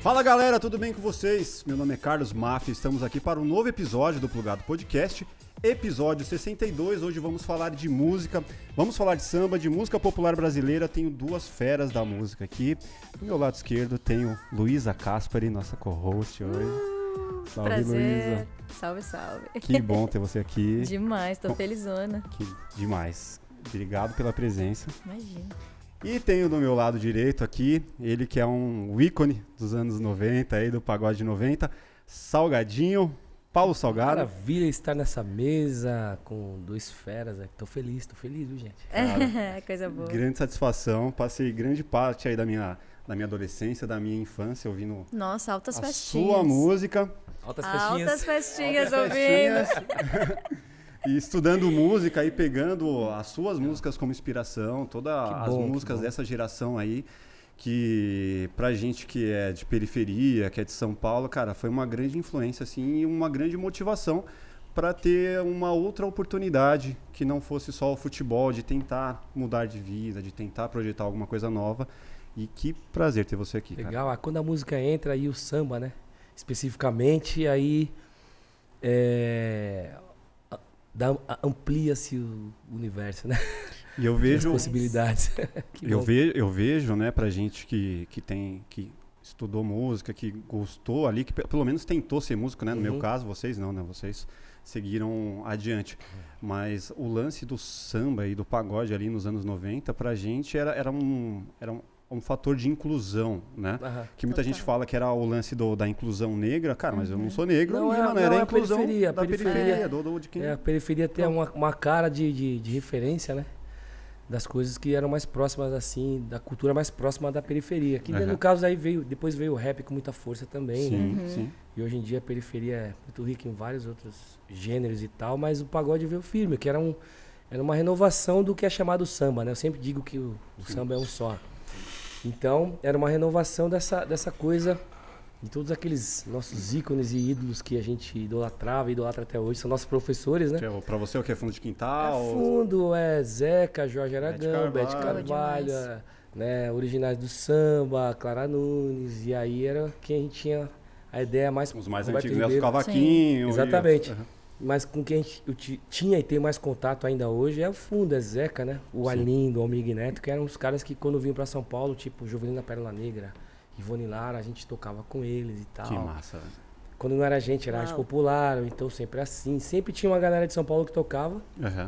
Fala galera, tudo bem com vocês? Meu nome é Carlos Maffi, estamos aqui para um novo episódio do Plugado Podcast, episódio 62. Hoje vamos falar de música, vamos falar de samba, de música popular brasileira. Tenho duas feras da música aqui. Do meu lado esquerdo tenho Luísa Caspari, nossa co-host hoje. Salve, prazer. Luísa. Salve, salve. Que bom ter você aqui. Demais, tô felizona. Demais. Obrigado pela presença. Imagina. E tenho do meu lado direito aqui, ele que é um ícone dos anos 90, aí do pagode 90, Salgadinho, Paulo Salgado. Maravilha estar nessa mesa com duas feras. Tô feliz, viu, gente? Coisa boa. Grande satisfação, passei grande parte aí da minha adolescência, da minha infância, ouvindo Nossa, altas a festinhas. sua música. Altas festinhas. Altas festinhas Altas ouvindo. festinhas. E estudando música e pegando as suas músicas como inspiração, todas as músicas dessa geração aí, que pra gente que é de periferia, que é de São Paulo, cara, foi uma grande influência, assim, e uma grande motivação para ter uma outra oportunidade que não fosse só o futebol, de tentar mudar de vida, de tentar projetar alguma coisa nova. E que prazer ter você aqui, Legal, cara. quando a música entra aí, o samba, né? Especificamente, aí amplia-se o universo, né? E eu vejo as possibilidades. eu vejo, né, pra gente que estudou música, que gostou ali, que pelo menos tentou ser músico, né? No meu caso, vocês não, né? Vocês seguiram adiante. Mas o lance do samba e do pagode ali nos anos 90, pra gente era um fator de inclusão, né? Que muita gente fala que era o lance da inclusão negra. Cara, mas eu não sou negro, não era a inclusão da periferia. De quem... A periferia tem uma cara de referência, né? Das coisas que eram mais próximas, assim, da cultura mais próxima da periferia. Que no caso aí depois veio o rap com muita força também, né? Sim. E hoje em dia a periferia é muito rica em vários outros gêneros e tal, mas o pagode veio firme, que era uma renovação do que é chamado samba, né? Eu sempre digo que o samba é um só. Então, era uma renovação dessa coisa de todos aqueles nossos ícones e ídolos que a gente idolatrava e idolatra até hoje. São nossos professores, né? Pra você o que é fundo de quintal? É fundo, Zeca, Jorge Aragão, Bete Carvalho, né? Originais do samba, Clara Nunes. E aí era quem a gente tinha a ideia mais... Os mais antigos, né? Os cavaquinhos. Exatamente. Mas com quem eu tinha e tenho mais contato ainda hoje é o fundo, é Zeca, né? O Arlindo, o Almir Neto, que eram os caras que quando vinham pra São Paulo, tipo Juvelina Pérola Negra, Ivone Lara, a gente tocava com eles e tal. Que massa, velho. Quando não era a gente, era arte popular, então sempre assim. Sempre tinha uma galera de São Paulo que tocava.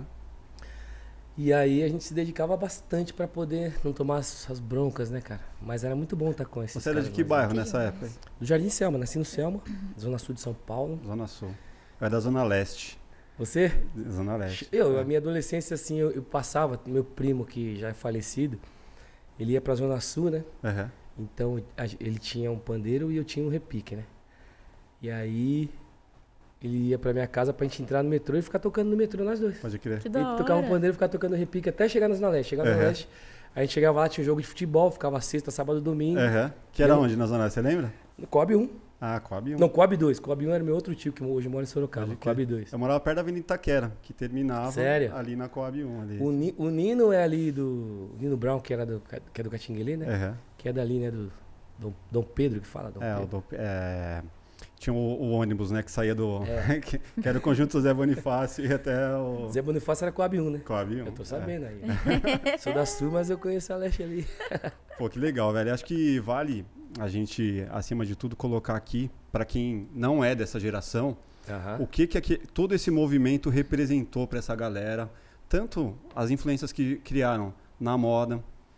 E aí a gente se dedicava bastante pra poder não tomar as broncas, né, cara? Mas era muito bom estar com esses Você era de que bairro nessa época? Do Jardim Selma, nasci no Selma, Zona Sul de São Paulo. Zona Sul. É da Zona Leste. Você? Zona Leste. A minha adolescência, assim, eu passava, meu primo, que já é falecido, ele ia pra Zona Sul, né? Então, ele tinha um pandeiro e eu tinha um repique, né? E aí, ele ia pra minha casa pra gente entrar no metrô e ficar tocando no metrô, nós dois. Pode crer. Que da Ele hora. tocava um pandeiro e ficava tocando repique até chegar na Zona Leste. Chegava na Zona Leste, a gente chegava lá, tinha um jogo de futebol, ficava sexta, sábado, domingo. Que era onde na Zona Leste, você lembra? No Coab 1. Ah, Coab 1. Não, Coab 2. Coab 1 era meu outro tio, que hoje mora em Sorocaba. Coab 2. Eu morava perto da Avenida Itaquera, que terminava ali na Coab 1. Ali. O Nino é ali do... O Nino Brown, que é do Catinguelê, né? Que é dali, né? Do Dom Pedro, que fala. Tinha o ônibus, né? Que saía do... que era o conjunto Zé Bonifácio e até o... Zé Bonifácio era Coab 1, né? Coab 1. Eu tô sabendo aí. Sou da Sul, mas eu conheço a Leste ali. Pô, que legal, velho. Acho que vale a gente, acima de tudo, colocar aqui, pra quem não é dessa geração, o que todo esse movimento representou pra essa galera. Tanto as influências que criaram na moda,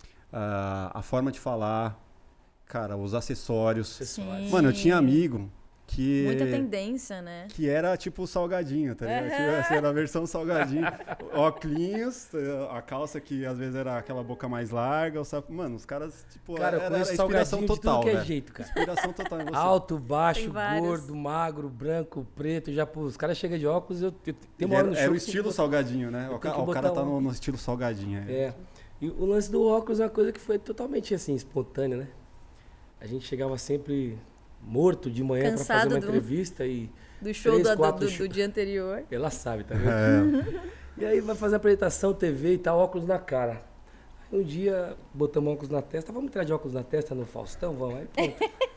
a forma de falar, cara, os acessórios. Sim. Mano, eu tinha amigo que... Muita tendência, né? Que era tipo o salgadinho, tá ligado? Tipo, era a versão salgadinho. Óculos, a calça que às vezes era aquela boca mais larga. Mano, os caras, tipo, cara, era inspiração total, de tudo que velho. é jeito, cara. Inspiração total em você. Alto, baixo, gordo, magro, branco, preto. Os caras chegam de óculos, eu tenho uma hora no show. Era o estilo salgadinho, né? O cara tá no estilo salgadinho. E o lance do óculos é uma coisa que foi totalmente assim, espontânea, né? A gente chegava sempre morto de manhã para fazer uma entrevista e do show do dia anterior. Ela sabe, tá vendo? E aí vai fazer apresentação, TV e tal, óculos na cara. Aí um dia botamos óculos na testa, vamos entrar de óculos na testa no Faustão, vamos aí, pronto.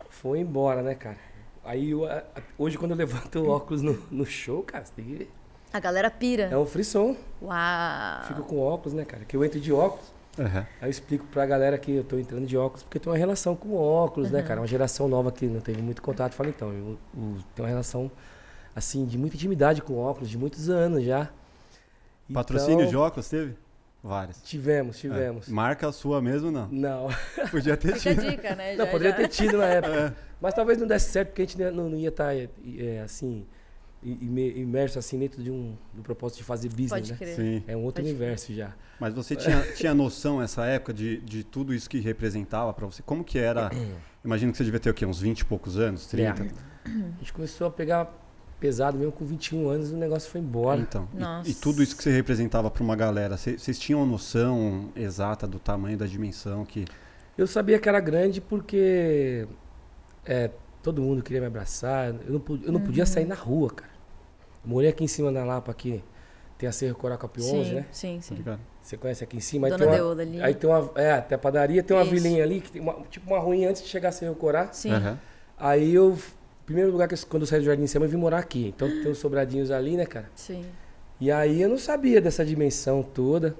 Foi embora, né, cara? Aí hoje quando eu levanto o óculos no show, cara, você tem que ver. A galera pira. É um frisson. Uau. Fico com óculos, né, cara? Que eu entro de óculos. Aí eu explico pra galera que eu tô entrando de óculos porque tem uma relação com óculos, né, cara? Uma geração nova que não teve muito contato. Fala, então, eu tenho uma relação, assim, de muita intimidade com óculos, de muitos anos já. Patrocínio de óculos teve? Vários. Tivemos. Marca a sua mesmo, não? Não. Podia ter Fica a tido. dica, né? Não, poderia ter tido na época. Mas talvez não desse certo, porque a gente não ia estar, assim, imerso assim dentro do propósito de fazer business, Pode né? crer. Sim. É um outro universo já. Mas você tinha noção nessa época de tudo isso que representava pra você? Como que era? Imagino que você devia ter o quê? Uns 20 e poucos anos? 30? A gente começou a pegar pesado mesmo com 21 anos, o negócio foi embora. Então, Nossa. e tudo isso que você representava pra uma galera, vocês tinham noção exata do tamanho, da dimensão que... Eu sabia que era grande porque todo mundo queria me abraçar. Eu não podia sair na rua, cara. Eu morei aqui em cima da Lapa, aqui tem a Cerro Coracopi 11, né? Sim. Você conhece aqui em cima? Dona Deola ali. Aí tem uma... até a padaria, tem uma Isso. vilinha ali, que tem tipo uma ruinha antes de chegar a Cerro Corá. Sim. Aí o primeiro lugar quando eu saí do Jardim Sema, eu vim morar aqui. Então tem os sobradinhos ali, né, cara? Sim. E aí eu não sabia dessa dimensão toda.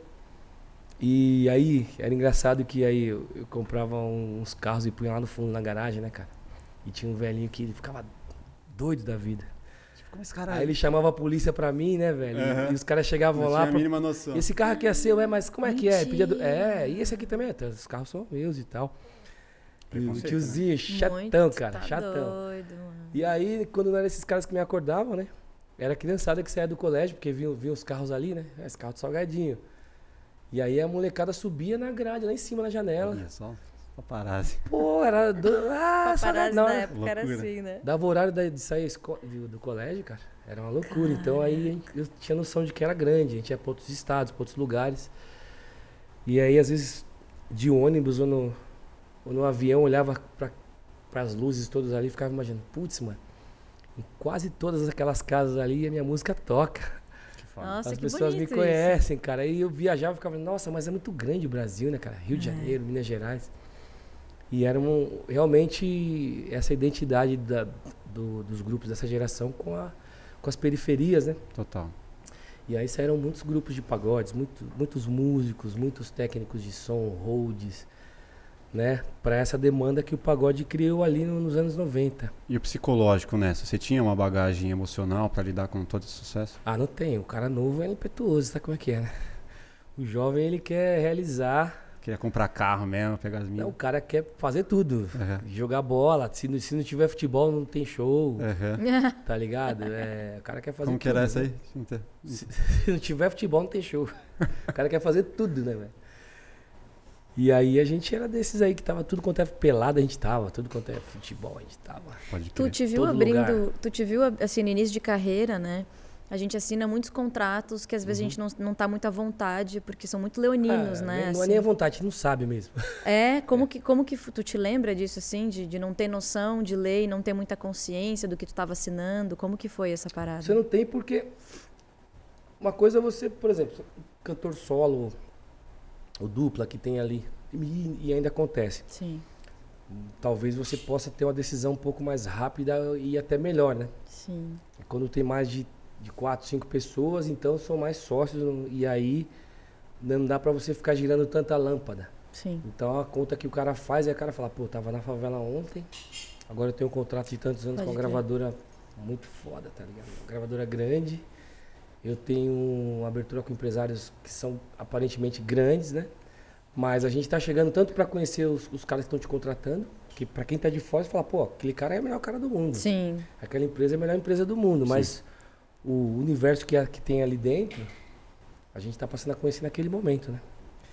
E aí era engraçado que aí eu comprava uns carros e punha lá no fundo na garagem, né, cara? E tinha um velhinho que ele ficava doido da vida. Como esse cara Aí ele chamava a polícia pra mim, né, velho? E os caras chegavam não lá. tinha a mínima noção. Esse carro aqui é seu, mas como é que é? Mentira. E esse aqui também, os carros são meus e tal. E o Preconceito, tiozinho, chatão, Muito, cara, tá chatão. doido, mano. E aí, quando não eram esses caras que me acordavam, né? Era a criançada que saía do colégio, porque vinham os carros ali, né? Esse carro de salgadinho. E aí a molecada subia na grade, lá em cima, na janela. Olha só, paparazzi. Pô, era... Paparazzi não, da época era loucura. assim, né? dava horário de sair do colégio, cara. Era uma loucura. Então aí eu tinha noção de que era grande. A gente ia pra outros estados, pra outros lugares. E aí, às vezes, de ônibus ou no avião, olhava pras luzes todas ali e ficava imaginando, putz, mano, em quase todas aquelas casas ali a minha música toca. Que foda. Nossa, As que pessoas me bonito conhecem, cara. Aí eu viajava e ficava, nossa, mas é muito grande o Brasil, né, cara? Rio de Janeiro, Minas Gerais. E era realmente essa identidade dos grupos dessa geração com as periferias, né? Total. E aí saíram muitos grupos de pagodes, muitos músicos, muitos técnicos de som, holds, né? Para essa demanda que o pagode criou ali nos anos 90. E o psicológico nessa? Você tinha uma bagagem emocional pra lidar com todo esse sucesso? Ah, não tem. O cara novo é impetuoso, sabe como é que é, né? O jovem, ele quer realizar. Queria comprar carro mesmo, pegar as Não, minhas. o cara quer fazer tudo. Uhum. Jogar bola. Se não tiver futebol, não tem show. Uhum. Tá ligado? O cara quer fazer Como tudo. que era essa aí? Né? Se não tiver futebol, não tem show. O cara quer fazer tudo, né, velho? E aí a gente era desses aí que tava tudo quanto é pelado, a gente tava. Tudo quanto é futebol, a gente tava. Pode Tu crer. te viu Todo abrindo, lugar. tu te viu assim no início de carreira, né? A gente assina muitos contratos que às vezes a gente não tá muito à vontade, porque são muito leoninos, né? Não é assim. nem a vontade, a gente não sabe mesmo. Como que tu te lembra disso, assim? De não ter noção de lei, não ter muita consciência do que tu tava assinando? Como que foi essa parada? Você não tem porque... Uma coisa é você, por exemplo, cantor solo, ou dupla que tem ali, e ainda acontece. Sim, Talvez você possa ter uma decisão um pouco mais rápida e até melhor, né? sim. Quando tem mais de 4, 5 pessoas, então são mais sócios, e aí não dá pra você ficar girando tanta lâmpada. Sim. Então a conta que o cara faz é o cara fala, pô, tava na favela ontem, agora eu tenho um contrato de tantos anos Pode com uma crer. gravadora muito foda, tá ligado? Uma gravadora grande, eu tenho uma abertura com empresários que são aparentemente grandes, né? Mas a gente tá chegando tanto pra conhecer os caras que estão te contratando, que pra quem tá de fora, você fala, pô, aquele cara é o melhor cara do mundo. Sim. Aquela empresa é a melhor empresa do mundo, Sim. mas o universo que tem ali dentro, a gente tá passando a conhecer naquele momento, né?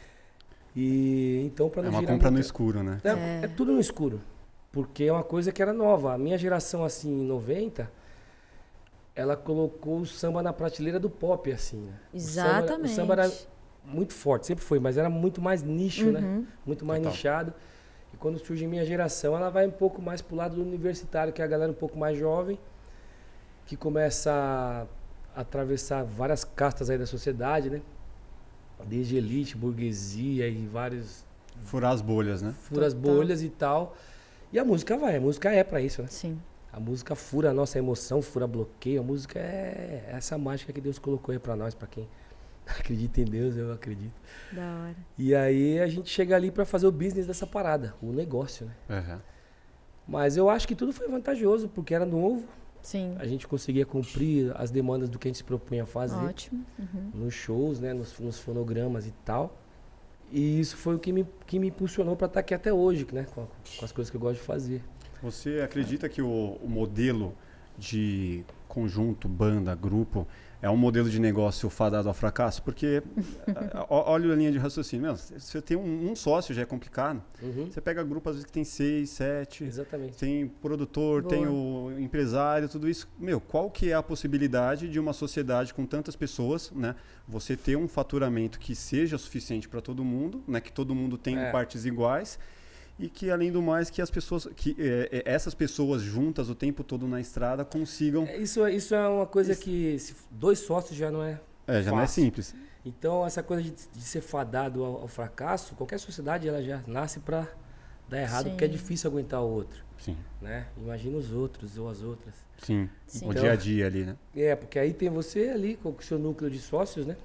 E então para É não uma girar compra no muito- escuro, né? É tudo no escuro, porque é uma coisa que era nova. A minha geração assim em 90, ela colocou o samba na prateleira do pop assim, né? Exatamente. O samba era muito forte, sempre foi, mas era muito mais nicho, né? Uhum. Muito mais Total. nichado. E quando surge a minha geração, ela vai um pouco mais pro lado do universitário, que é a galera um pouco mais jovem, que começa a atravessar várias castas aí da sociedade, né? Desde elite, burguesia e vários Furar as bolhas, né? furas Total. bolhas e tal. E a música a música é pra isso, né? Sim. A música fura a nossa emoção, fura bloqueio. A música é essa mágica que Deus colocou aí pra nós, pra quem acredita em Deus, eu acredito. Da hora. E aí a gente chega ali pra fazer o business dessa parada, o negócio, né? Uhum. Mas eu acho que tudo foi vantajoso, porque era novo. Sim. A gente conseguia cumprir as demandas do que a gente se propunha a fazer. Ótimo. Uhum. Nos shows, né? Nos fonogramas e tal. E isso foi o que me impulsionou pra estar aqui até hoje, né? Com as coisas que eu gosto de fazer. Você acredita que o modelo de conjunto, banda, grupo, é um modelo de negócio fadado ao fracasso? Porque, olha a linha de raciocínio. Meu, se você tem um sócio já é complicado. Uhum. Você pega grupo, às vezes, que tem 6, 7. Exatamente. Tem produtor, Boa. tem o empresário, tudo isso. Meu, qual que é a possibilidade de uma sociedade com tantas pessoas, né? Você ter um faturamento que seja suficiente para todo mundo, né? Que todo mundo tenha partes iguais. E que, além do mais, que as pessoas, essas pessoas juntas o tempo todo na estrada consigam... Isso é uma coisa que 2 sócios já não é já não é fácil. simples. Então, essa coisa de ser fadado ao fracasso, qualquer sociedade ela já nasce pra dar errado, Sim. porque é difícil aguentar o outro, Sim, né? Imagina os outros ou as outras. sim. Sim. O Então- dia a dia ali, né? Porque aí tem você ali com o seu núcleo de sócios, né?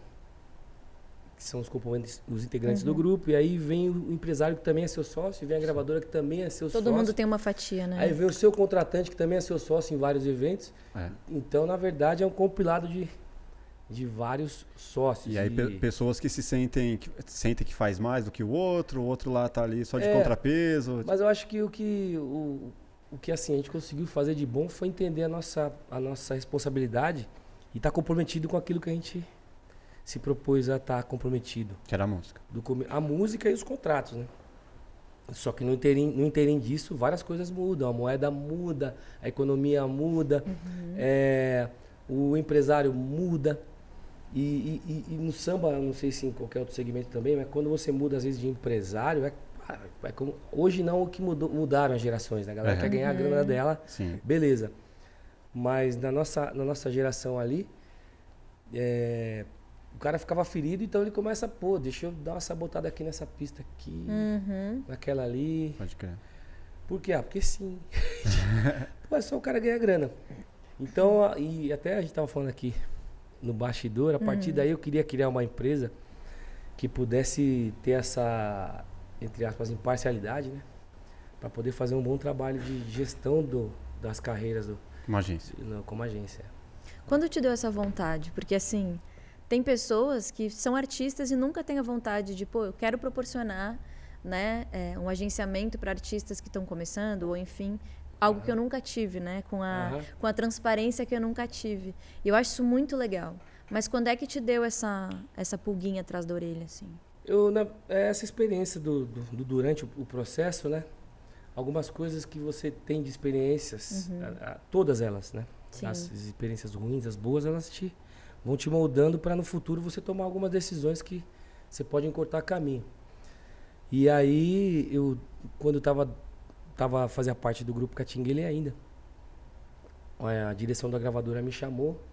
Que são os componentes, os integrantes do grupo. E aí vem o empresário que também é seu sócio, vem a gravadora que também é seu sócio. Todo mundo tem uma fatia, né? Aí vem o seu contratante que também é seu sócio em vários eventos. É. Então, na verdade, é um compilado de vários sócios. E aí pessoas que sentem que faz mais do que o outro lá tá ali só de contrapeso. Mas eu acho que o que assim, a gente conseguiu fazer de bom foi entender a nossa responsabilidade e estar comprometido com aquilo que a gente se propôs a estar comprometido. Que era a música. A música e os contratos, né? Só que no interim disso, várias coisas mudam. A moeda muda, a economia muda, o empresário muda. E no samba, eu não sei se em qualquer outro segmento também, mas quando você muda às vezes de empresário, como, hoje não o que mudaram as gerações, né? A galera quer ganhar a grana dela, Sim. beleza. Mas na nossa geração ali, o cara ficava ferido, então ele começa, deixa eu dar uma sabotada aqui nessa pista aqui, naquela ali. Pode crer. Por quê? Porque sim. É só o cara ganhar grana. Então, e até a gente tava falando aqui no bastidor, a partir daí eu queria criar uma empresa que pudesse ter essa, entre aspas, imparcialidade, né? Para poder fazer um bom trabalho de gestão das carreiras Uma agência. como agência. Quando te deu essa vontade? Porque assim, tem pessoas que são artistas e nunca têm a vontade de, eu quero proporcionar, né, um agenciamento para artistas que estão começando, ou enfim, algo que eu nunca tive, né, com a transparência que eu nunca tive. E eu acho isso muito legal. Mas quando é que te deu essa pulguinha atrás da orelha, assim? Essa experiência durante o processo, né? Algumas coisas que você tem de experiências, todas elas, né? Sim. As experiências ruins, as boas, elas vão te moldando para no futuro você tomar algumas decisões que você pode encurtar caminho. E aí, quando eu fazia parte do grupo Catinguele ainda, a direção da gravadora me chamou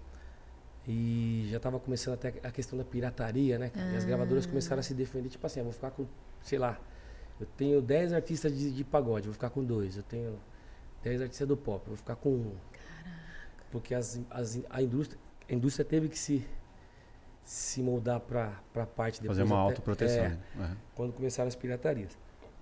e já estava começando até a questão da pirataria, né? E as gravadoras começaram a se defender, tipo assim, eu vou ficar com, sei lá, eu tenho 10 artistas de pagode, eu vou ficar com 2. Eu tenho 10 artistas do pop, eu vou ficar com 1. Caraca. Porque a indústria teve que se moldar para a parte depois. Fazer uma autoproteção. Quando começaram as piratarias.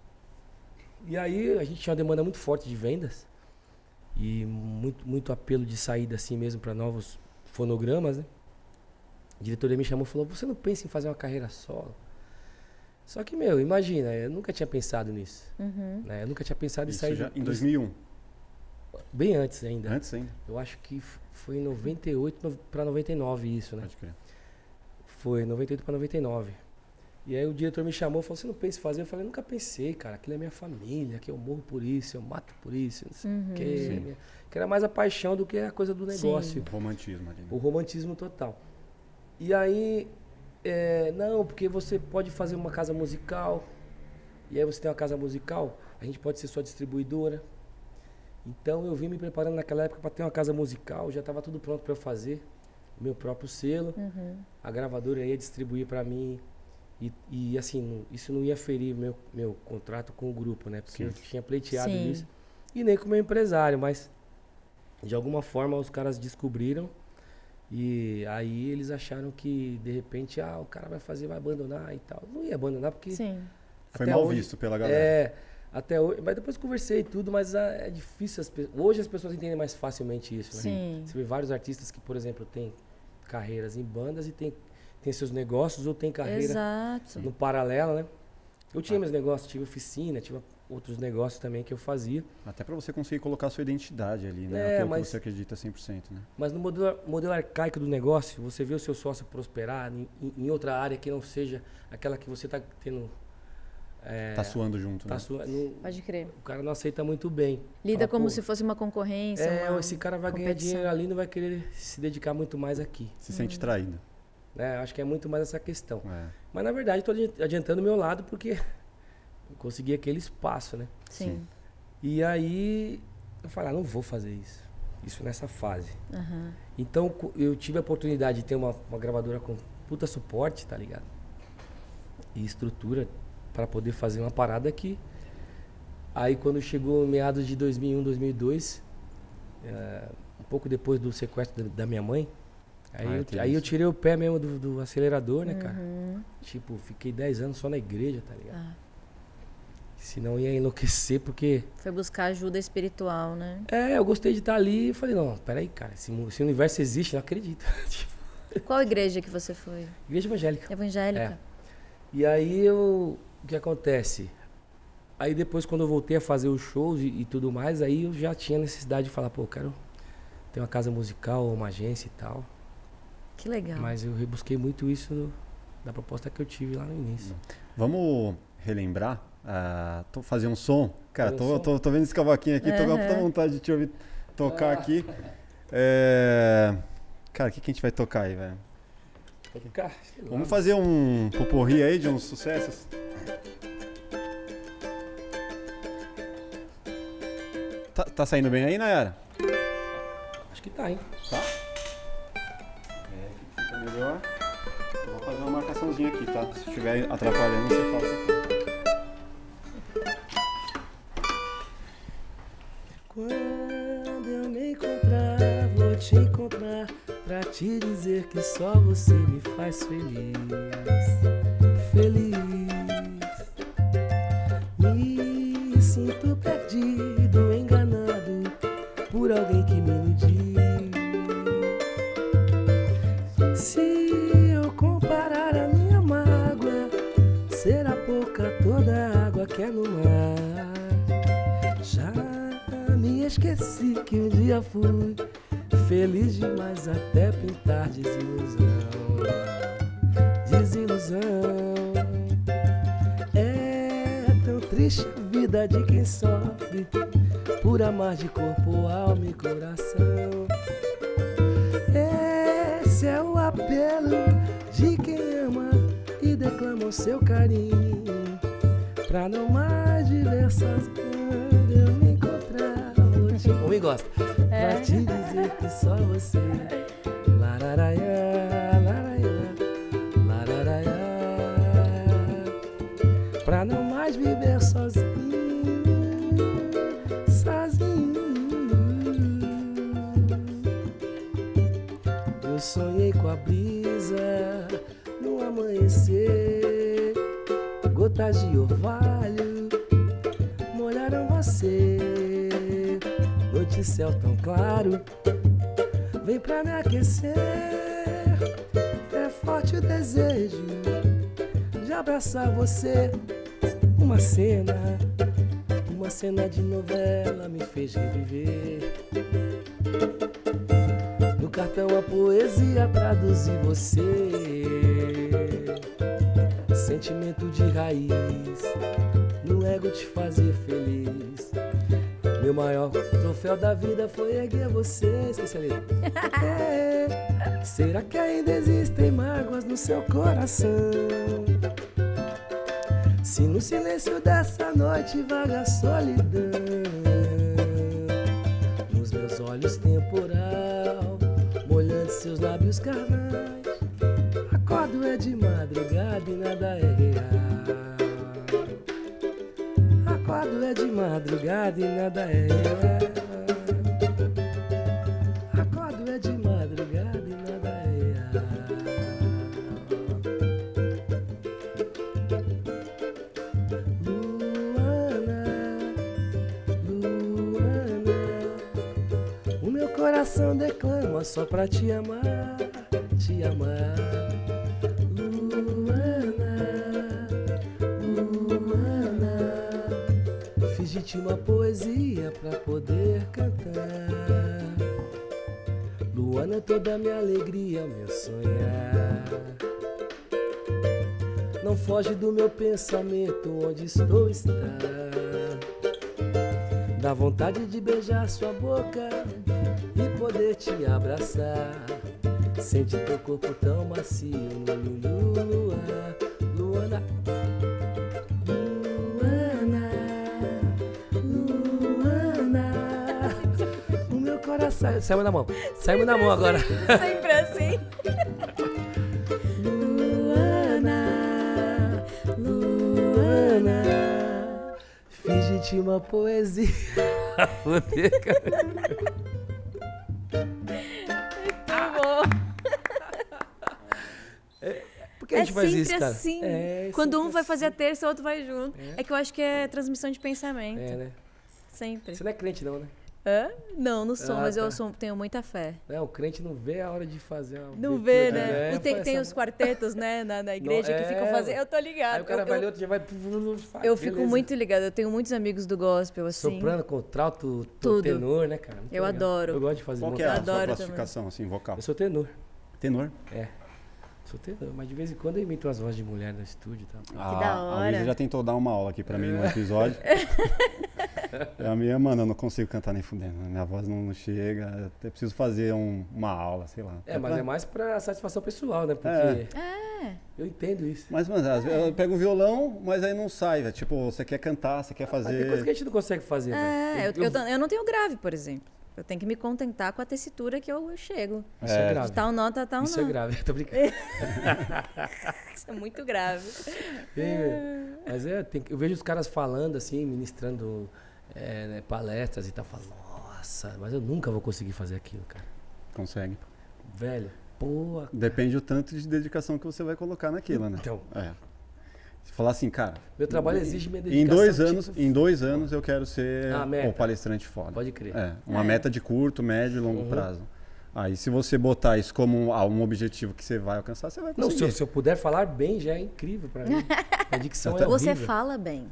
E aí a gente tinha uma demanda muito forte de vendas e muito apelo de saída assim mesmo para novos fonogramas, né? A diretoria me chamou e falou, você não pensa em fazer uma carreira solo? Só que, imagina, eu nunca tinha pensado nisso. Né? Eu nunca tinha pensado em sair... Já em 2001? Bem antes ainda. Antes ainda? Eu acho que foi em 98 para 99 isso, né? Pode crer. Foi 98 para 99. E aí o diretor me chamou e falou, você não pensa em fazer? Eu falei, nunca pensei, cara, aquilo é minha família, que eu morro por isso, eu mato por isso, não sei o quê. Que era mais a paixão do que a coisa do negócio. O romantismo ali. Né? O romantismo total. E aí, não, porque você pode fazer uma casa musical, e aí você tem uma casa musical, a gente pode ser sua distribuidora. Então eu vim me preparando naquela época para ter uma casa musical, já estava tudo pronto para eu fazer, o meu próprio selo, a gravadora ia distribuir para mim, e assim, isso não ia ferir meu contrato com o grupo, né? Porque eu tinha pleiteado isso. e nem com o meu empresário, mas de alguma forma os caras descobriram e aí eles acharam que de repente o cara vai abandonar e tal. Não ia abandonar porque Sim. Foi mal visto pela galera. Até hoje, mas depois conversei e tudo, mas é difícil. Hoje as pessoas entendem mais facilmente isso, né? Sim. Você vê vários artistas que, por exemplo, têm carreiras em bandas e tem seus negócios ou tem carreira Exato. no paralelo, né? Eu tinha meus negócios, tive oficina, tive outros negócios também que eu fazia. Até para você conseguir colocar a sua identidade ali, né? Aquilo que você acredita 100%, né? Mas no modelo arcaico do negócio, você vê o seu sócio prosperar em outra área que não seja aquela que você está tendo... tá suando junto, né? Pode crer. O cara não aceita muito bem. Lida como se fosse uma concorrência. Esse cara vai ganhar dinheiro ali e não vai querer se dedicar muito mais aqui. Se sente traído. Acho que é muito mais essa questão. Mas na verdade estou adiantando o meu lado porque eu consegui aquele espaço, né? Sim. E aí eu falei, não vou fazer isso. Isso nessa fase. Uhum. Então eu tive a oportunidade de ter uma gravadora com puta suporte, tá ligado? E estrutura para poder fazer uma parada aqui. Aí quando chegou meados de 2001, 2002, um pouco depois do sequestro da minha mãe, aí eu tirei o pé mesmo do acelerador, né, cara? Tipo, fiquei 10 anos só na igreja, tá ligado? Senão ia enlouquecer, porque... Foi buscar ajuda espiritual, né? Eu gostei de estar ali e falei, não, peraí, cara, esse universo existe, não acredito. Qual igreja que você foi? Igreja evangélica. Evangélica. E aí o que acontece? Aí depois quando eu voltei a fazer os shows e tudo mais, aí eu já tinha necessidade de falar, pô, eu quero ter uma casa musical, uma agência e tal. Que legal. Mas eu rebusquei muito isso da proposta que eu tive lá no início. Vamos relembrar? Fazer um som? Cara, tô vendo esse cavaquinho aqui, tô com muita vontade de te ouvir tocar aqui. Cara, o que a gente vai tocar aí, velho? Vamos fazer um poporri aí de uns sucessos? Tá saindo bem aí, Nayara? Acho que tá, hein? Tá? Que fica melhor. Eu vou fazer uma marcaçãozinha aqui, tá? Se estiver atrapalhando, você fala. Quando eu me encontrar, vou te encontrar pra te dizer que só você me faz feliz. Feliz. Me sinto perdido, enganado por alguém que me iludiu. Se eu comparar a minha mágoa, será pouca toda a água que é no mar. Já me esqueci que um dia fui feliz demais até pintar desilusão. Desilusão. É tão triste a vida de quem sofre por amar de corpo, alma e coração. Esse é o apelo de quem ama e declama o seu carinho, pra não mais viver sozinho. Eu me encontrar, homem gosta. Pra te dizer que só você. Lararaiá, laraiá, lararaiá. Pra não mais viver sozinho, sozinho. Eu sonhei com a brisa no amanhecer. Gotas de orvalho molharam você. Noite, céu tão claro, vem pra me aquecer. É forte o desejo de abraçar você. Uma cena de novela me fez reviver. No cartão a poesia traduzi você. Sentimento de raiz, no ego te fazer feliz. Meu maior troféu da vida foi erguer você. Esqueci ali. Será que ainda existem mágoas no seu coração? Se no silêncio dessa noite vaga a solidão, nos meus olhos temporal, molhando seus lábios carnais, acordo é de madrugada e nada é real. Acordo é de madrugada e nada é. Acordo é de madrugada e nada é. Luana, o meu coração declama só pra te amar, te amar. Fiz de ti uma poesia pra poder cantar. Luana é toda minha alegria, meu sonhar. Não foge do meu pensamento, onde estou está. Dá vontade de beijar sua boca e poder te abraçar. Sente teu corpo tão macio no lindo luar. Luana, Luana, Luana. O meu coração. Saiu na mão. Saiu na mão agora. Sempre assim. Luana, Luana. Fiz de ti uma poesia. Por que a gente faz isso, cara? Assim. É, quando um vai assim. fazer a terça, o outro vai junto. É que eu acho que é transmissão de pensamento. É, né? Sempre. Você não é crente não, né? Hã? Não sou, mas tá. eu tenho muita fé. Não, o crente não vê a hora de fazer uma Não leitura, vê, né? É, Tem os quartetos, né, na igreja que ficam fazendo. Eu tô ligada. Aí o cara vai ler, outro dia vai... Eu fico muito ligada. Eu tenho muitos amigos do gospel, assim. Soprano, contralto, Tudo. Tenor, né, cara? Muito Eu legal. adoro. Eu gosto de fazer Qual que é a sua Adoro classificação, assim, vocal? Eu sou tenor. Tenor? É. Sou tenor, mas de vez em quando eu imito umas vozes de mulher no estúdio e tal. da A hora. Luísa já tentou dar uma aula aqui pra mim no episódio. A minha, mano, eu não consigo cantar nem fudendo. Minha voz não chega. Eu até preciso fazer uma aula, sei lá. É, mas é mais pra satisfação pessoal, né? Porque É. eu entendo isso. Mas, mano, às vezes eu pego o violão, mas aí não sai, velho. Tipo, você quer cantar, você quer fazer... Tem coisa que a gente não consegue fazer, velho. Eu não tenho grave, por exemplo. Eu tenho que me contentar com a tessitura que eu chego. Isso é grave. De tal nota, tal Isso não. é grave, tô brincando. Isso é muito grave. Mas eu vejo os caras falando assim, ministrando né, palestras e tal. Falo, nossa, mas eu nunca vou conseguir fazer aquilo, cara. Consegue. Velho, pô. Depende o tanto de dedicação que você vai colocar naquilo, né? Então, Se falar assim, cara... meu trabalho exige minha Em dedicação. em 2 anos eu quero ser meta. o palestrante foda. Pode crer. Uma meta de curto, médio e longo prazo. Aí se você botar isso como um objetivo que você vai alcançar, você vai Não, conseguir. se eu puder falar bem, já é incrível pra mim. A dicção é Você horrível. fala bem.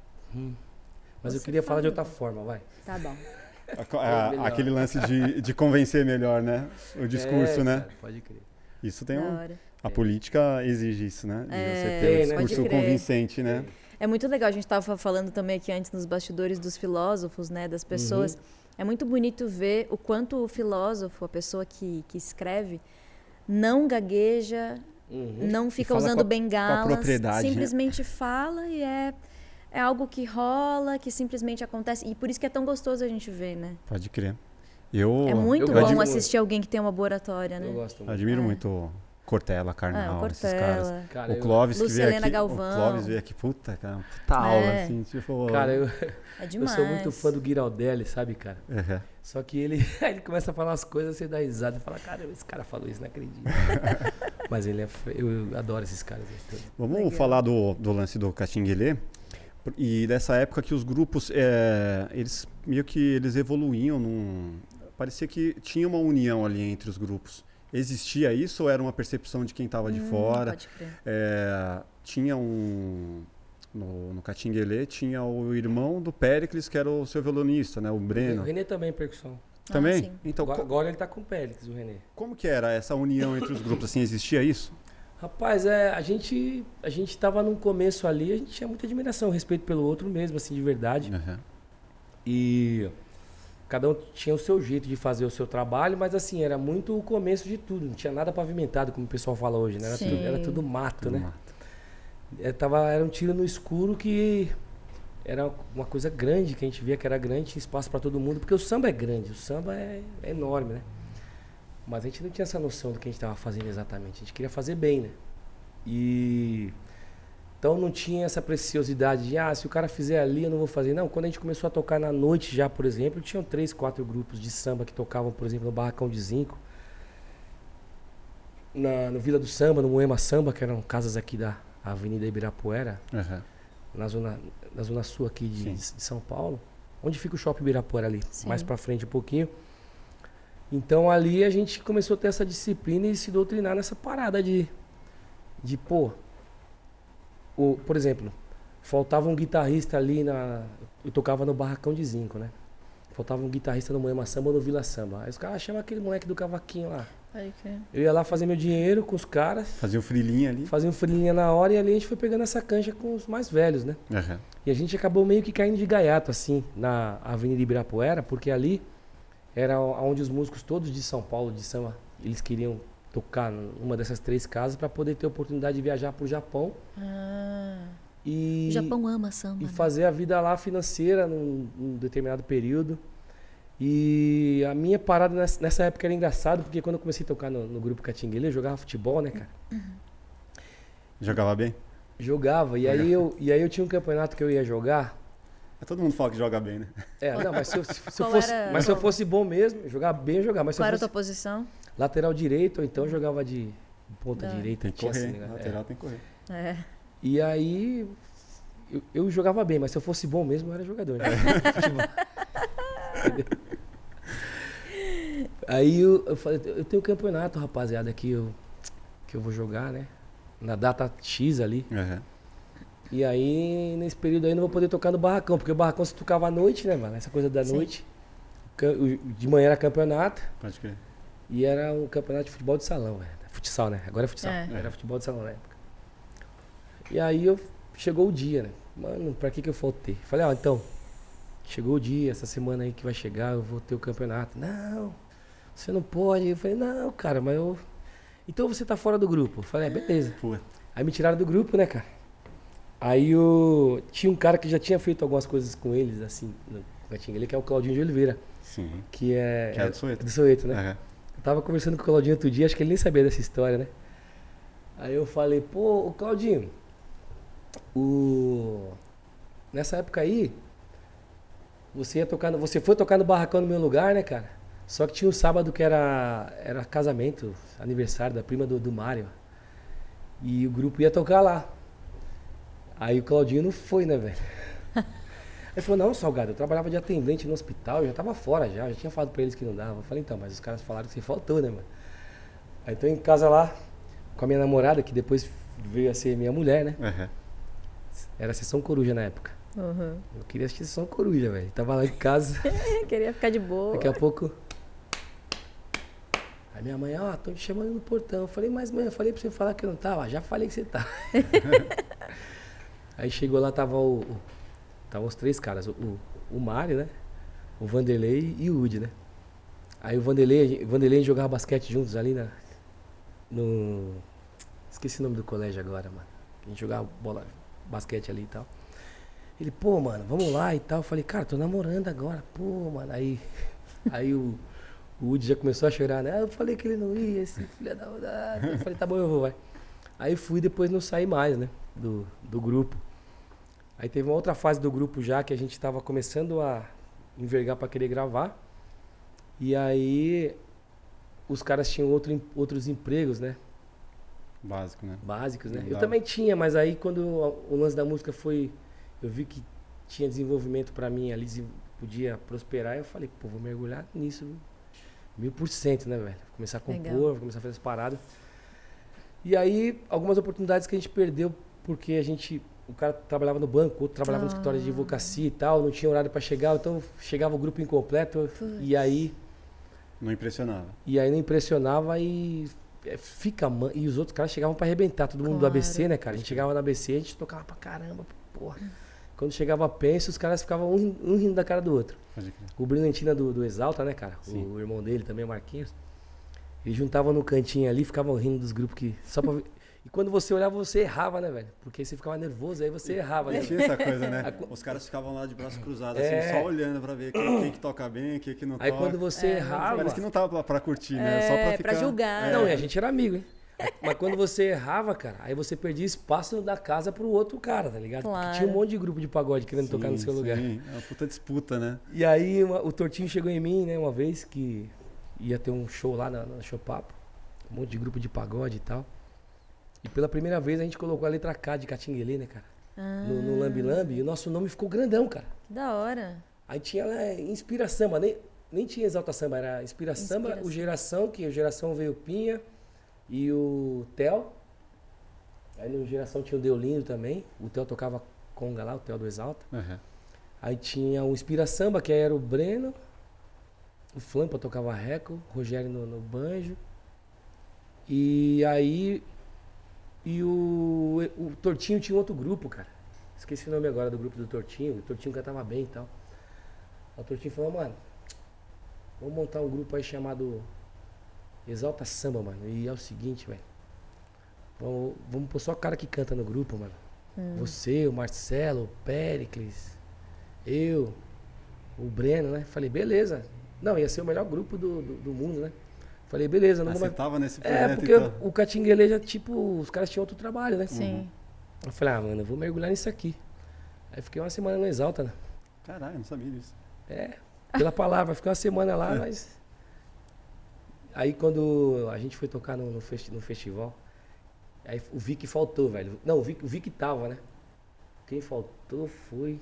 Mas eu você queria falar de fala. outra forma, vai. Tá bom. melhor. Aquele lance de convencer melhor, né? O discurso, né? Cara, pode crer. Isso tem Da hora. A política exige isso, né? De você ter Tem, um né? discurso Pode crer. convincente, né? É muito legal. A gente estava falando também aqui antes nos bastidores dos filósofos, né? Das pessoas. É muito bonito ver o quanto o filósofo, a pessoa que escreve, não gagueja, não fica fala usando com a bengalas. propriedade, né? Simplesmente fala e é algo que rola, que simplesmente acontece. E por isso que é tão gostoso a gente ver, né? Pode crer. É muito eu bom admiro assistir alguém que tem uma boa oratória, né? Eu gosto muito. Admiro muito Cortella, Karnal, esses caras. Cortella. Cara, O Clóvis que veio Lucelena aqui. Galvão. O Clóvis veio aqui, puta, cara, puta aula, assim, tipo... Cara, eu É demais. sou muito fã do Giraldelli, sabe, cara? Uhum. Só que ele começa a falar umas coisas, você dá risada e fala, cara, esse cara falou isso, não acredito. Mas ele eu adoro esses caras. Vamos Legal. falar do lance do Catinguelê. E dessa época que os grupos, eles meio que eles evoluíam parecia que tinha uma união ali entre os grupos. Existia isso ou era uma percepção de quem estava de fora? Pode crer. Tinha no Catinguelê tinha o irmão do Péricles, que era o seu violonista, né? O Breno. O Renê também é percussão. Também? sim. Então, Agora ele tá com o Péricles, o Renê. como que era essa união entre os grupos? Assim, existia isso? Rapaz, a gente tava num começo ali, a gente tinha muita admiração, respeito pelo outro mesmo, assim, de verdade. Uhum. E cada um tinha o seu jeito de fazer o seu trabalho, mas assim, era muito o começo de tudo, não tinha nada pavimentado, como o pessoal fala hoje, né? Era tudo mato, né? Era um tiro no escuro que era uma coisa grande, que a gente via que era grande, tinha espaço para todo mundo, porque o samba é grande, o samba é enorme, né? Mas a gente não tinha essa noção do que a gente estava fazendo exatamente, a gente queria fazer bem, né? E Então não tinha essa preciosidade de, se o cara fizer ali, eu não vou fazer. Não, quando a gente começou a tocar na noite já, por exemplo, tinham 3, 4 grupos de samba que tocavam, por exemplo, no Barracão de Zinco, no Vila do Samba, no Moema Samba, que eram casas aqui da Avenida Ibirapuera, na zona sul aqui de São Paulo, onde fica o Shopping Ibirapuera ali, mais pra frente um pouquinho. Então ali a gente começou a ter essa disciplina e se doutrinar nessa parada de pô, por exemplo, faltava um guitarrista ali eu tocava no Barracão de Zinco, né? Faltava um guitarrista no Moema Samba ou no Vila Samba. Aí os caras chamavam aquele moleque do cavaquinho lá. Eu ia lá fazer meu dinheiro com os caras. Fazia um frilinha ali. Fazia um frilinha na hora e ali a gente foi pegando essa cancha com os mais velhos, né? E a gente acabou meio que caindo de gaiato, assim, na Avenida Ibirapuera, porque ali era onde os músicos todos de São Paulo, de samba, eles queriam tocar numa dessas 3 casas para poder ter a oportunidade de viajar pro Japão. O Japão ama samba. E fazer a vida lá financeira num determinado período. E a minha parada nessa época era engraçado, porque quando eu comecei a tocar no grupo Catinguele, eu jogava futebol, né, cara? Jogava bem? Jogava. E aí eu tinha um campeonato que eu ia jogar. Todo mundo fala que joga bem, né? Não, mas se eu fosse bom mesmo, jogar bem, eu jogava. Mas qual era a tua posição? Lateral direito, ou então eu jogava de ponta direita. Tem que correr, lateral tem que correr. E aí eu jogava bem, mas se eu fosse bom mesmo, eu era jogador. Né? Aí eu falei, eu tenho um campeonato, rapaziada, que eu vou jogar, né? Na data X ali. E aí, nesse período aí, eu não vou poder tocar no Barracão, porque o Barracão se tocava à noite, né, mano? Essa coisa da noite. De manhã era campeonato. Pode crer. E era um campeonato de futebol de salão, velho. Futsal, né? Agora é futsal. Era futebol de salão na época. E aí chegou o dia, né? Mano, pra que eu faltei? Falei, então, chegou o dia, essa semana aí que vai chegar, eu vou ter o campeonato. Não, você não pode. Eu falei, não, cara, mas eu... Então você tá fora do grupo. Eu falei, beleza. Aí me tiraram do grupo, né, cara? Aí tinha um cara que já tinha feito algumas coisas com eles, assim, no Catinguele, que é o Claudinho de Oliveira. Sim. Que é do Soweto. Do Soweto, né? Eu tava conversando com o Claudinho outro dia, acho que ele nem sabia dessa história, né? Aí eu falei, pô, Claudinho, nessa época aí, você foi tocar no Barracão no meu lugar, né, cara? Só que tinha um sábado que era casamento, aniversário da prima do Mário. E o grupo ia tocar lá. Aí o Claudinho não foi, né, velho? Ele falou, não, Salgado, eu trabalhava de atendente no hospital, eu já tava fora já tinha falado pra eles que não dava. Eu falei, então, mas os caras falaram que você faltou, né, mano? Aí tô em casa lá, com a minha namorada, que depois veio a ser minha mulher, né? Era a Sessão Coruja na época. Eu queria assistir Sessão Coruja, velho. Tava lá em casa. Queria ficar de boa. Daqui a pouco... Aí minha mãe, tô te chamando no portão. Eu falei, mas mãe, eu falei pra você falar que eu não tava. Já falei que você tá. Aí chegou lá, estavam os 3 caras. O Mário, né? O Vanderlei e o Udi, né? Aí o Vanderlei e a gente jogava basquete juntos ali no... Esqueci o nome do colégio agora, mano. A gente jogava basquete ali e tal. Ele, pô, mano, vamos lá e tal. Eu falei, cara, tô namorando agora. Pô, mano, aí o Udi já começou a chorar, né? Eu falei que ele não ia, esse filho da rodada. Eu falei, tá bom, eu vou, vai. Aí fui, depois não saí mais, né? Do grupo. Aí teve uma outra fase do grupo já, que a gente tava começando a envergar pra querer gravar. E aí os caras tinham outros empregos, né? Básicos, né? Eu também tinha, mas aí quando o lance da música foi... Eu vi que tinha desenvolvimento pra mim ali, podia prosperar. Eu falei, pô, vou mergulhar nisso 1000%, né, velho? Começar a compor, vou começar a fazer as paradas. E aí, algumas oportunidades que a gente perdeu, porque o cara trabalhava no banco, outro trabalhava no escritório de advocacia e tal, não tinha horário pra chegar, então chegava o grupo incompleto, e aí... Não impressionava. E aí não impressionava e e os outros caras chegavam pra arrebentar, todo mundo do ABC, né, cara? A gente chegava no ABC, a gente tocava pra caramba, porra. Quando chegava a Pensa, os caras ficavam um rindo da cara do outro. O Brilhantina do Exalta, né, cara? Sim. O irmão dele também, o Marquinhos. Eles juntavam no cantinho ali, ficavam rindo dos grupos que... Só pra ver. E quando você olhava, você errava, né, velho? Porque aí você ficava nervoso, aí você errava, né? Tinha essa coisa, né? Os caras ficavam lá de braços cruzados, assim, só olhando pra ver quem que toca bem, quem que não toca. Aí quando você errava... Parece que não tava pra curtir, né? Só pra ficar... pra julgar. Não, e a gente era amigo, hein? Mas quando você errava, cara, aí você perdia espaço da casa pro outro cara, tá ligado? Claro. Porque tinha um monte de grupo de pagode querendo tocar no seu lugar. Sim, é uma puta disputa, né? E aí o Tortinho chegou em mim, né, uma vez que ia ter um show lá na Showpapo, um monte de grupo de pagode e tal. E pela primeira vez a gente colocou a letra K de Catinguelê, né, cara? No Lambi Lambi, e o nosso nome ficou grandão, cara. Que da hora. Aí tinha lá Inspira Samba, nem tinha Exalta Samba, era Inspira Samba, o Geração, que o Geração veio o Pinha e o Theo. Aí no Geração tinha o Deolindo também, o Theo tocava conga lá, o Theo do Exalta. Uhum. Aí tinha o Inspira Samba, que era o Breno, o Flampa tocava reco, o Rogério no banjo. E aí o Tortinho tinha outro grupo, cara. Esqueci o nome agora do grupo do Tortinho. O Tortinho cantava bem e tal. Aí o Tortinho falou, mano, vamos montar um grupo aí chamado Exalta Samba, mano. E é o seguinte, velho. Vamos pôr só o cara que canta no grupo, mano. Você, o Marcelo, o Péricles, eu, o Breno, né? Falei, beleza. Não, ia ser o melhor grupo do mundo, né? Falei, beleza. Não Você tava nesse projeto, porque então. o Catinguelê já, tipo, os caras tinham outro trabalho, né? Sim. Eu falei, mano, eu vou mergulhar nisso aqui. Aí fiquei uma semana no Exalta, né? Caralho, não sabia disso. Pela palavra, fiquei uma semana lá, mas... Aí quando a gente foi tocar no festival, aí o Vic faltou, velho. Não, o Vic tava, né? Quem faltou foi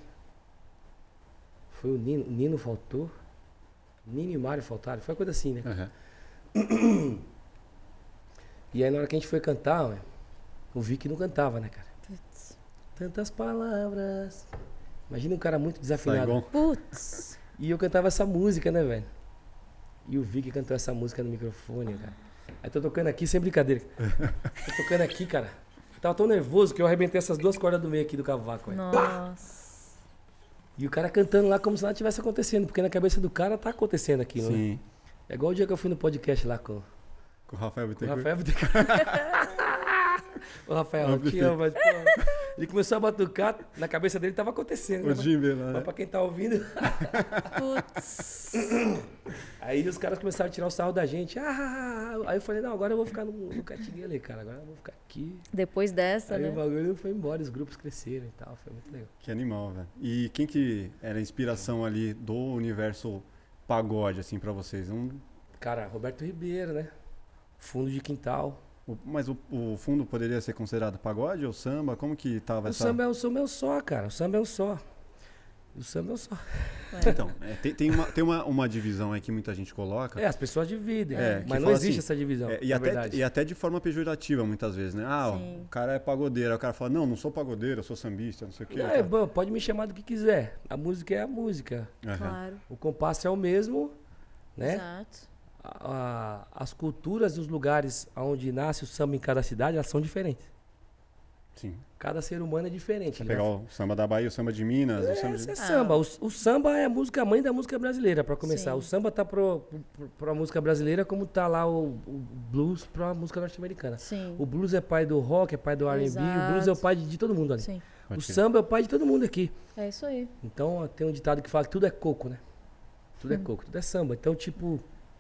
o Nino. O Nino faltou. Nino e Mário faltaram. Foi uma coisa assim, né? Uhum. E aí na hora que a gente foi cantar, ué, o Vic não cantava, né, cara? Putz. Tantas palavras. Imagina um cara muito desafinado. Saigon. Putz. E eu cantava essa música, né, velho? E o Vic cantou essa música no microfone, cara. Aí tô tocando aqui, sem brincadeira. Tô tocando aqui, cara. Eu tava tão nervoso que eu arrebentei essas duas cordas do meio aqui do cavaco, velho. Nossa. E o cara cantando lá como se nada tivesse acontecendo, porque na cabeça do cara tá acontecendo aquilo, né? Sim. É igual o dia que eu fui no podcast lá com Com o Rafael o Bittencourt. Rafael Bittencourt. Ô, Rafael, eu te amo, mas, pô, ele começou a batucar, na cabeça dele tava acontecendo. O Né? Jimmy lá, Mas né? pra quem tá ouvindo... Putz. Aí os caras começaram a tirar o sarro da gente. Aí eu falei, não, agora eu vou ficar no Catinguelê, cara. Agora eu vou ficar aqui. Depois dessa, Aí né? o bagulho foi embora, os grupos cresceram e tal. Foi muito legal. Que animal, velho. E quem que era a inspiração ali do universo pagode, assim, pra vocês? Cara, Roberto Ribeiro, né? Fundo de quintal. Mas o fundo poderia ser considerado pagode ou samba? Como que tava O essa... samba é um só, cara. O samba é um só. O samba é um só. Então, tem uma divisão aí que muita gente coloca. As pessoas dividem. Que Mas não fala existe assim, essa divisão, e até de forma pejorativa, muitas vezes, né? Sim. O cara é pagodeiro. Aí o cara fala, não sou pagodeiro, eu sou sambista, não sei o quê. Bom, pode me chamar do que quiser. A música é a música. Aham. Claro. O compasso é o mesmo, né? Exato. As culturas dos lugares onde nasce o samba em cada cidade, elas são diferentes. Sim. Cada ser humano é diferente. Você pegar o samba da Bahia, o samba de Minas, o samba de... É samba. O samba é a música mãe da música brasileira, para começar. Sim. O samba tá pra música brasileira como tá lá o blues pra música norte-americana. Sim. O blues é pai do rock, é pai do R&B, o blues é o pai de todo mundo ali. Sim. O samba é o pai de todo mundo aqui. É isso aí. Então tem um ditado que fala que tudo é coco, né? Tudo é coco, tudo é samba. Então, tipo...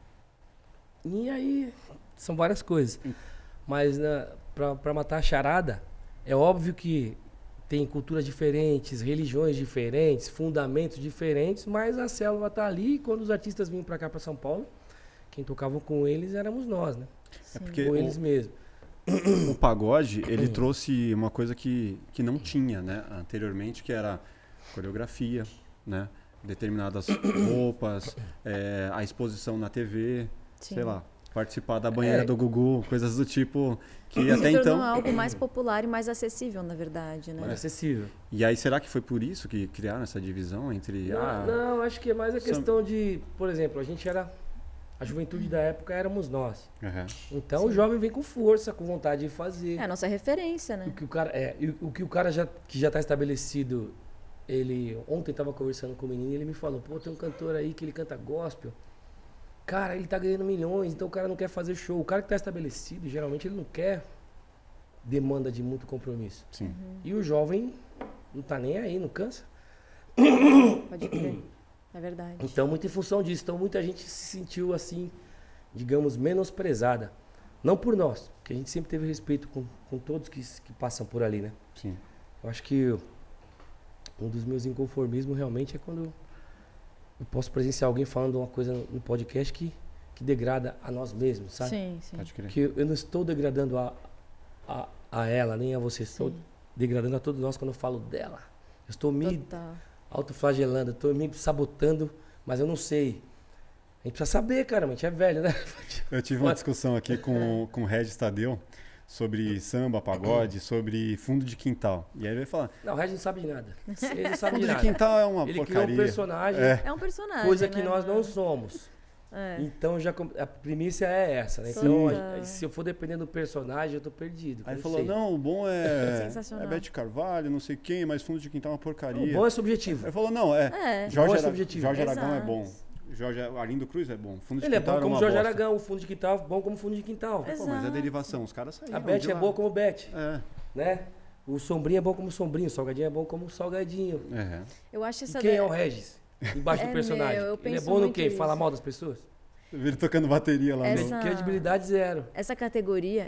E aí, são várias coisas. Mas pra matar a charada, é óbvio que tem culturas diferentes, religiões diferentes, fundamentos diferentes, mas a célula tá ali e quando os artistas vinham pra cá, pra São Paulo, quem tocava com eles éramos nós, né? Sim. porque Com eles mesmos. o pagode, ele trouxe uma coisa que não tinha, né? Anteriormente, que era coreografia, né? Determinadas roupas, a exposição na TV, Sim. sei lá, participar da banheira do Gugu, coisas do tipo que até Se tornou então... algo mais popular e mais acessível, na verdade, né? Mais acessível. E aí, será que foi por isso que criaram essa divisão entre... Não, acho que é mais a questão de, por exemplo, a gente era... A juventude da época éramos nós. Uhum. Então o jovem vem com força, com vontade de fazer. É a nossa referência, né? O que o cara que já está estabelecido, ele ontem estava conversando com o menino e ele me falou, pô, tem um cantor aí que ele canta gospel. Cara, ele tá ganhando milhões, então o cara não quer fazer show. O cara que está estabelecido, geralmente ele não quer demanda de muito compromisso. Sim. E o jovem não tá nem aí, não cansa. Pode crer. É verdade. Então, muito em função disso. Então, muita gente se sentiu assim, digamos, menosprezada. Não por nós, porque a gente sempre teve respeito com todos que passam por ali, né? Sim. Eu acho que um dos meus inconformismos realmente é quando eu posso presenciar alguém falando uma coisa no podcast que degrada a nós mesmos, sabe? Sim, sim. Pode crer. Porque eu não estou degradando a ela, nem a você. Estou Sim. degradando a todos nós quando eu falo dela. Eu estou me Total. autoflagelando, estou me sabotando, mas eu não sei. A gente precisa saber, cara, a gente é velho, né? Eu tive uma discussão aqui com o Regis Tadeu sobre samba, pagode, sobre fundo de quintal. E aí ele vai falar, Não, o Regis não sabe de nada. Ele não sabe fundo de de nada. quintal é uma Ele porcaria. criou um personagem, É um personagem. coisa que né, nós não mano? somos. É. Então a primícia é essa, né? Sim. Então, Total. se eu for dependendo do personagem, eu tô perdido. Aí eu ele falou, sei. não, o bom é Sensacional. Bete Carvalho, não sei quem, mas fundo de quintal é uma porcaria. O bom é subjetivo. Ele falou, não, É. Jorge, Bom é subjetivo. Jorge Aragão é Exato. bom. Arlindo Cruz é bom. Fundo de Ele é quintal bom era como uma Jorge bosta. Aragão, o fundo de quintal, bom como fundo de quintal. Exato. Pô, mas é derivação, os caras saíram A Beth de é lá. boa como Beth, É. né? O sombrinho é bom como sombrinho, o salgadinho é bom como salgadinho. É. Eu acho E essa... quem de- é o Regis? Embaixo É, do personagem. meu, eu Ele é penso bom no muito quê? isso. Falar mal das pessoas? Eu vi ele tocando bateria lá Essa- no... Credibilidade zero. Essa categoria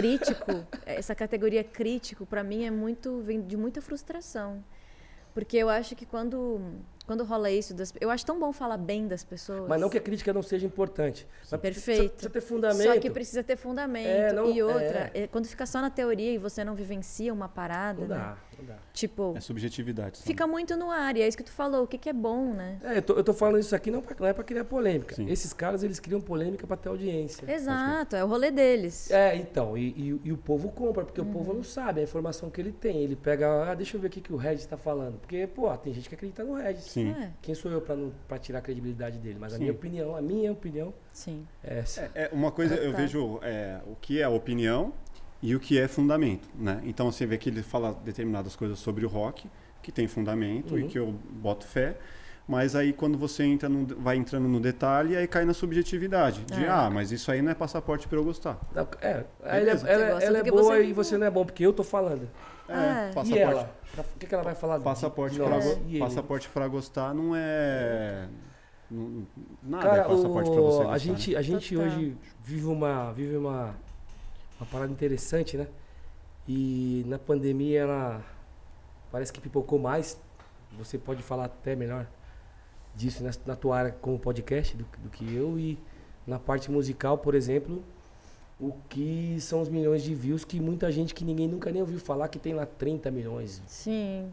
crítico, pra mim vem de muita frustração. Porque eu acho que quando rola isso, eu acho tão bom falar bem das pessoas. Mas não que a crítica não seja importante. Mas Perfeito. Precisa ter fundamento. Só que precisa ter fundamento. É, não- E outra, quando fica só na teoria e você não vivencia uma parada, Não né? dá, não dá. Tipo, É subjetividade. sabe? fica muito no ar. E é isso que tu falou. O que é bom, né? Eu tô falando isso aqui não é pra criar polêmica. Sim. Esses caras, eles criam polêmica pra ter audiência. Exato. É o rolê deles. Então, e o povo compra, porque o povo não sabe a informação que ele tem. Ele pega, deixa eu ver o que o Regis tá falando. Porque, pô, tem gente que acredita no Regis. Sim. É, Quem sou eu pra tirar a credibilidade dele? Mas a Sim. minha opinião sim. é essa. Uma coisa, eu Tá. vejo o que é opinião e o que é fundamento, né? Então você vê que ele fala determinadas coisas sobre o rock, que tem fundamento e que eu boto fé, mas aí quando você vai entrando no detalhe, aí cai na subjetividade. De, mas isso aí não é passaporte para eu gostar. Ela Você é gosta porque boa você e você não é bom, porque eu tô falando. Passaporte. E ela? O que ela vai falar? Passaporte de para nós? E ele? passaporte para gostar não é nada Cara, é passaporte para você gostar. a gente Total. hoje vive uma parada interessante, né? E na pandemia ela parece que pipocou mais. Você pode falar até melhor disso na tua área como podcast do que eu. E na parte musical, por exemplo, o que são os milhões de views que muita gente que ninguém nunca nem ouviu falar que tem lá 30 milhões Sim.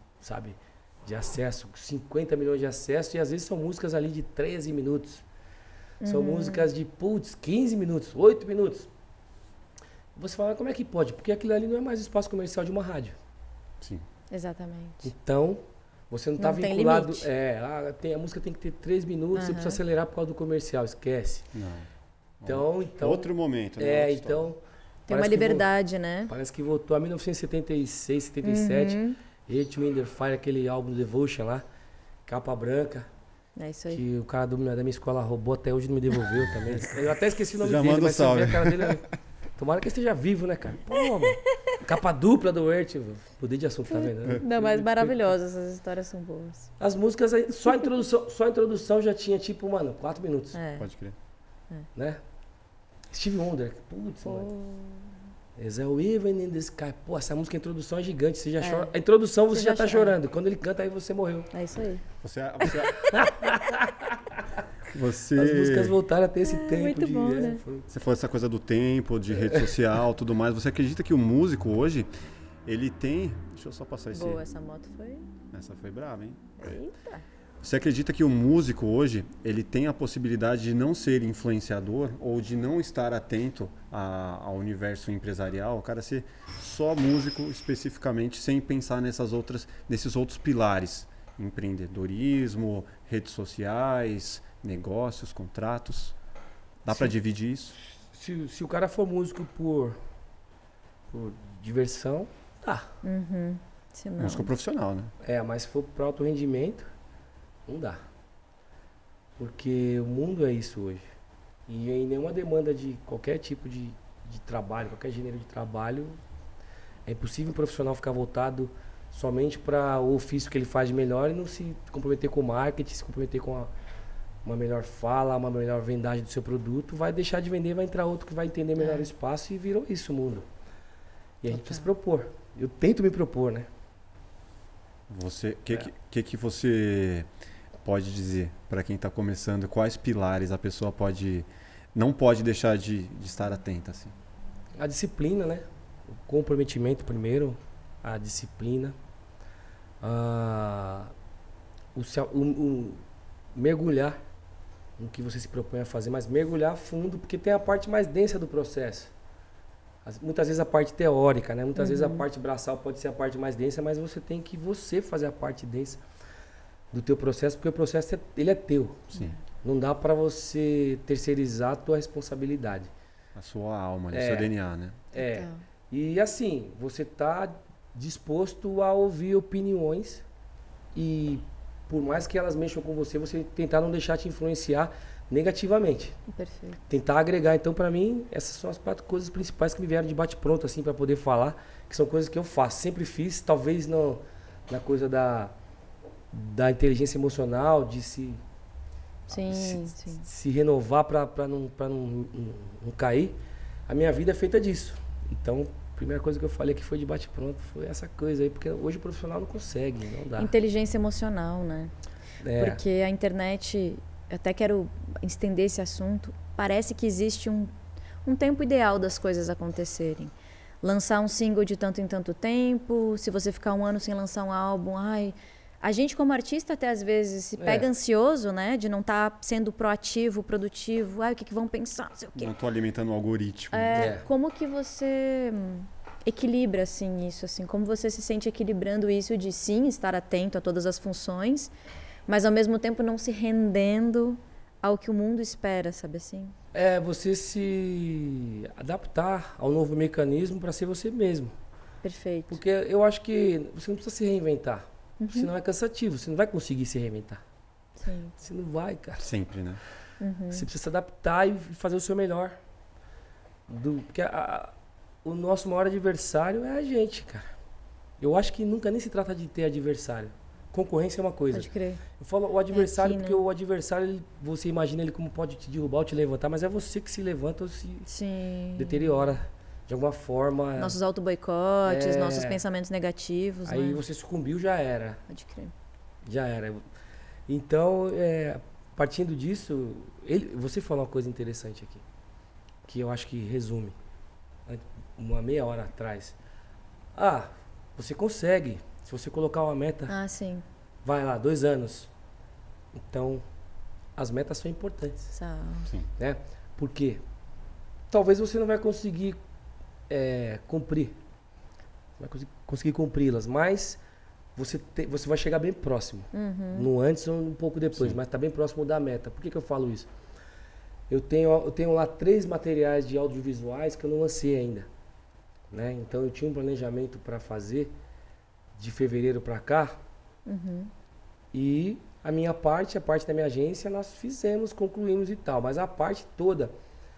de acesso, 50 milhões de acesso, e às vezes são músicas ali de 13 minutos. São músicas de, 15 minutos, 8 minutos. Você fala, como é que pode? Porque aquilo ali não é mais espaço comercial de uma rádio. Sim. Exatamente. Então, você não está Não tem vinculado. limite. A música tem que ter 3 minutos, você precisa acelerar por causa do comercial, esquece. Não. Então Outro momento, né? Outra história. então. Tem uma parece que liberdade, né? Parece que voltou a 1976, 77. Hate Wind and Fire, aquele álbum do Devotion lá, capa branca. É isso aí. Que o cara da minha escola roubou, até hoje não me devolveu também. Eu até esqueci o nome Já dele, manda mas um se eu ver salve. a cara dele. Tomara que ele esteja vivo, né, cara? Pô, mano. Capa dupla do Earth. Mudei de assunto, tá vendo? Não, mas maravilhosas, essas histórias são boas. As músicas aí, só a introdução já tinha, tipo, mano, 4 minutos. É. Pode crer. Né? Steve Wonder. Putz, mano. Is a Even in the Sky. Pô, essa música, a introdução é gigante. Você já chora. A introdução você já tá chora. chorando. Quando ele canta, aí você morreu. É isso aí. Você As músicas voltaram a ter esse tempo muito de. bom, né? Você falou essa coisa do tempo, de rede social, tudo mais. Você acredita que o músico hoje, ele tem... Deixa eu só passar esse... Boa, essa moto foi... Essa foi brava, hein? Eita. Você acredita que o músico hoje, ele tem a possibilidade de não ser influenciador ou de não estar atento ao universo empresarial? O cara ser só músico especificamente, sem pensar nesses outros pilares. Empreendedorismo, redes sociais, negócios, contratos. Dá para dividir isso? Se o cara for músico por diversão, tá. Se não... Músico profissional, né? Mas se for para alto rendimento, não dá. Porque o mundo é isso hoje. E em nenhuma demanda de qualquer tipo de trabalho, qualquer gênero de trabalho, é impossível um profissional ficar voltado somente para o ofício que ele faz de melhor e não se comprometer com o marketing, se comprometer com uma melhor fala, uma melhor vendagem do seu produto, vai deixar de vender, vai entrar outro que vai entender melhor o espaço e virou isso o mundo. E a gente precisa se propor. Eu tento me propor, né? Você, que você pode dizer para quem está começando? Quais pilares a pessoa não pode deixar de estar atenta, assim? A disciplina, né? O comprometimento primeiro, a disciplina, o mergulhar no que você se propõe a fazer, mas mergulhar a fundo, porque tem a parte mais densa do processo. Muitas vezes a parte teórica, né? Muitas vezes a parte braçal pode ser a parte mais densa, mas você tem que fazer a parte densa do teu processo, porque o processo ele é teu. Sim. Não dá para você terceirizar a tua responsabilidade. A sua alma, o seu DNA, né? É. E assim, você tá disposto a ouvir opiniões e por mais que elas mexam com você, você tentar não deixar te influenciar negativamente. Perfeito. Tentar agregar. Então, para mim, essas são as 4 coisas principais que me vieram de bate-pronto, assim, para poder falar, que são coisas que eu faço. Sempre fiz, talvez na coisa da inteligência emocional, de se renovar para não cair. A minha vida é feita disso. Então, a primeira coisa que eu falei que foi de bate-pronto foi essa coisa aí, porque hoje o profissional não consegue, não dá. Inteligência emocional, né? Porque a internet, eu até quero estender esse assunto, parece que existe um tempo ideal das coisas acontecerem. Lançar um single de tanto em tanto tempo, se você ficar 1 ano sem lançar um álbum, a gente como artista até às vezes se pega ansioso, né? De não estar sendo proativo, produtivo. O que vão pensar, não sei o quê. Não estou alimentando o algoritmo. Como que você equilibra, assim, isso? Assim, como você se sente equilibrando isso de, sim, estar atento a todas as funções, mas ao mesmo tempo não se rendendo ao que o mundo espera, sabe assim? Você se adaptar ao novo mecanismo para ser você mesmo. Perfeito. Porque eu acho que você não precisa se reinventar. Senão é cansativo, você não vai conseguir se reinventar. Sim. Você não vai, cara. Sempre, né? Você precisa se adaptar e fazer o seu melhor. Porque o nosso maior adversário é a gente, cara. Eu acho que nunca nem se trata de ter adversário. Concorrência é uma coisa. Pode crer. Eu falo o adversário aqui, porque né? o adversário, você imagina ele como pode te derrubar ou te levantar, mas é você que se levanta ou se deteriora de alguma forma. Nossos auto-boicotes, nossos pensamentos negativos. Aí né? você sucumbiu, já era. Pode crer. Já era. Então, partindo disso, você falou uma coisa interessante aqui, que eu acho que resume. Uma meia hora atrás. Você consegue. Se você colocar uma meta, Sim. vai lá, 2 anos. Então, as metas são importantes. Sim. Né? Por quê? Talvez você não vai conseguir cumprir. Vai conseguir cumpri-las, mas você vai chegar bem próximo. No antes ou um pouco depois, mas está bem próximo da meta. Por que eu falo isso? Eu tenho lá 3 materiais de audiovisuais que eu não lancei ainda. Né? Então eu tinha um planejamento para fazer de fevereiro para cá. E a minha parte, a parte da minha agência, nós concluímos e tal. Mas a parte toda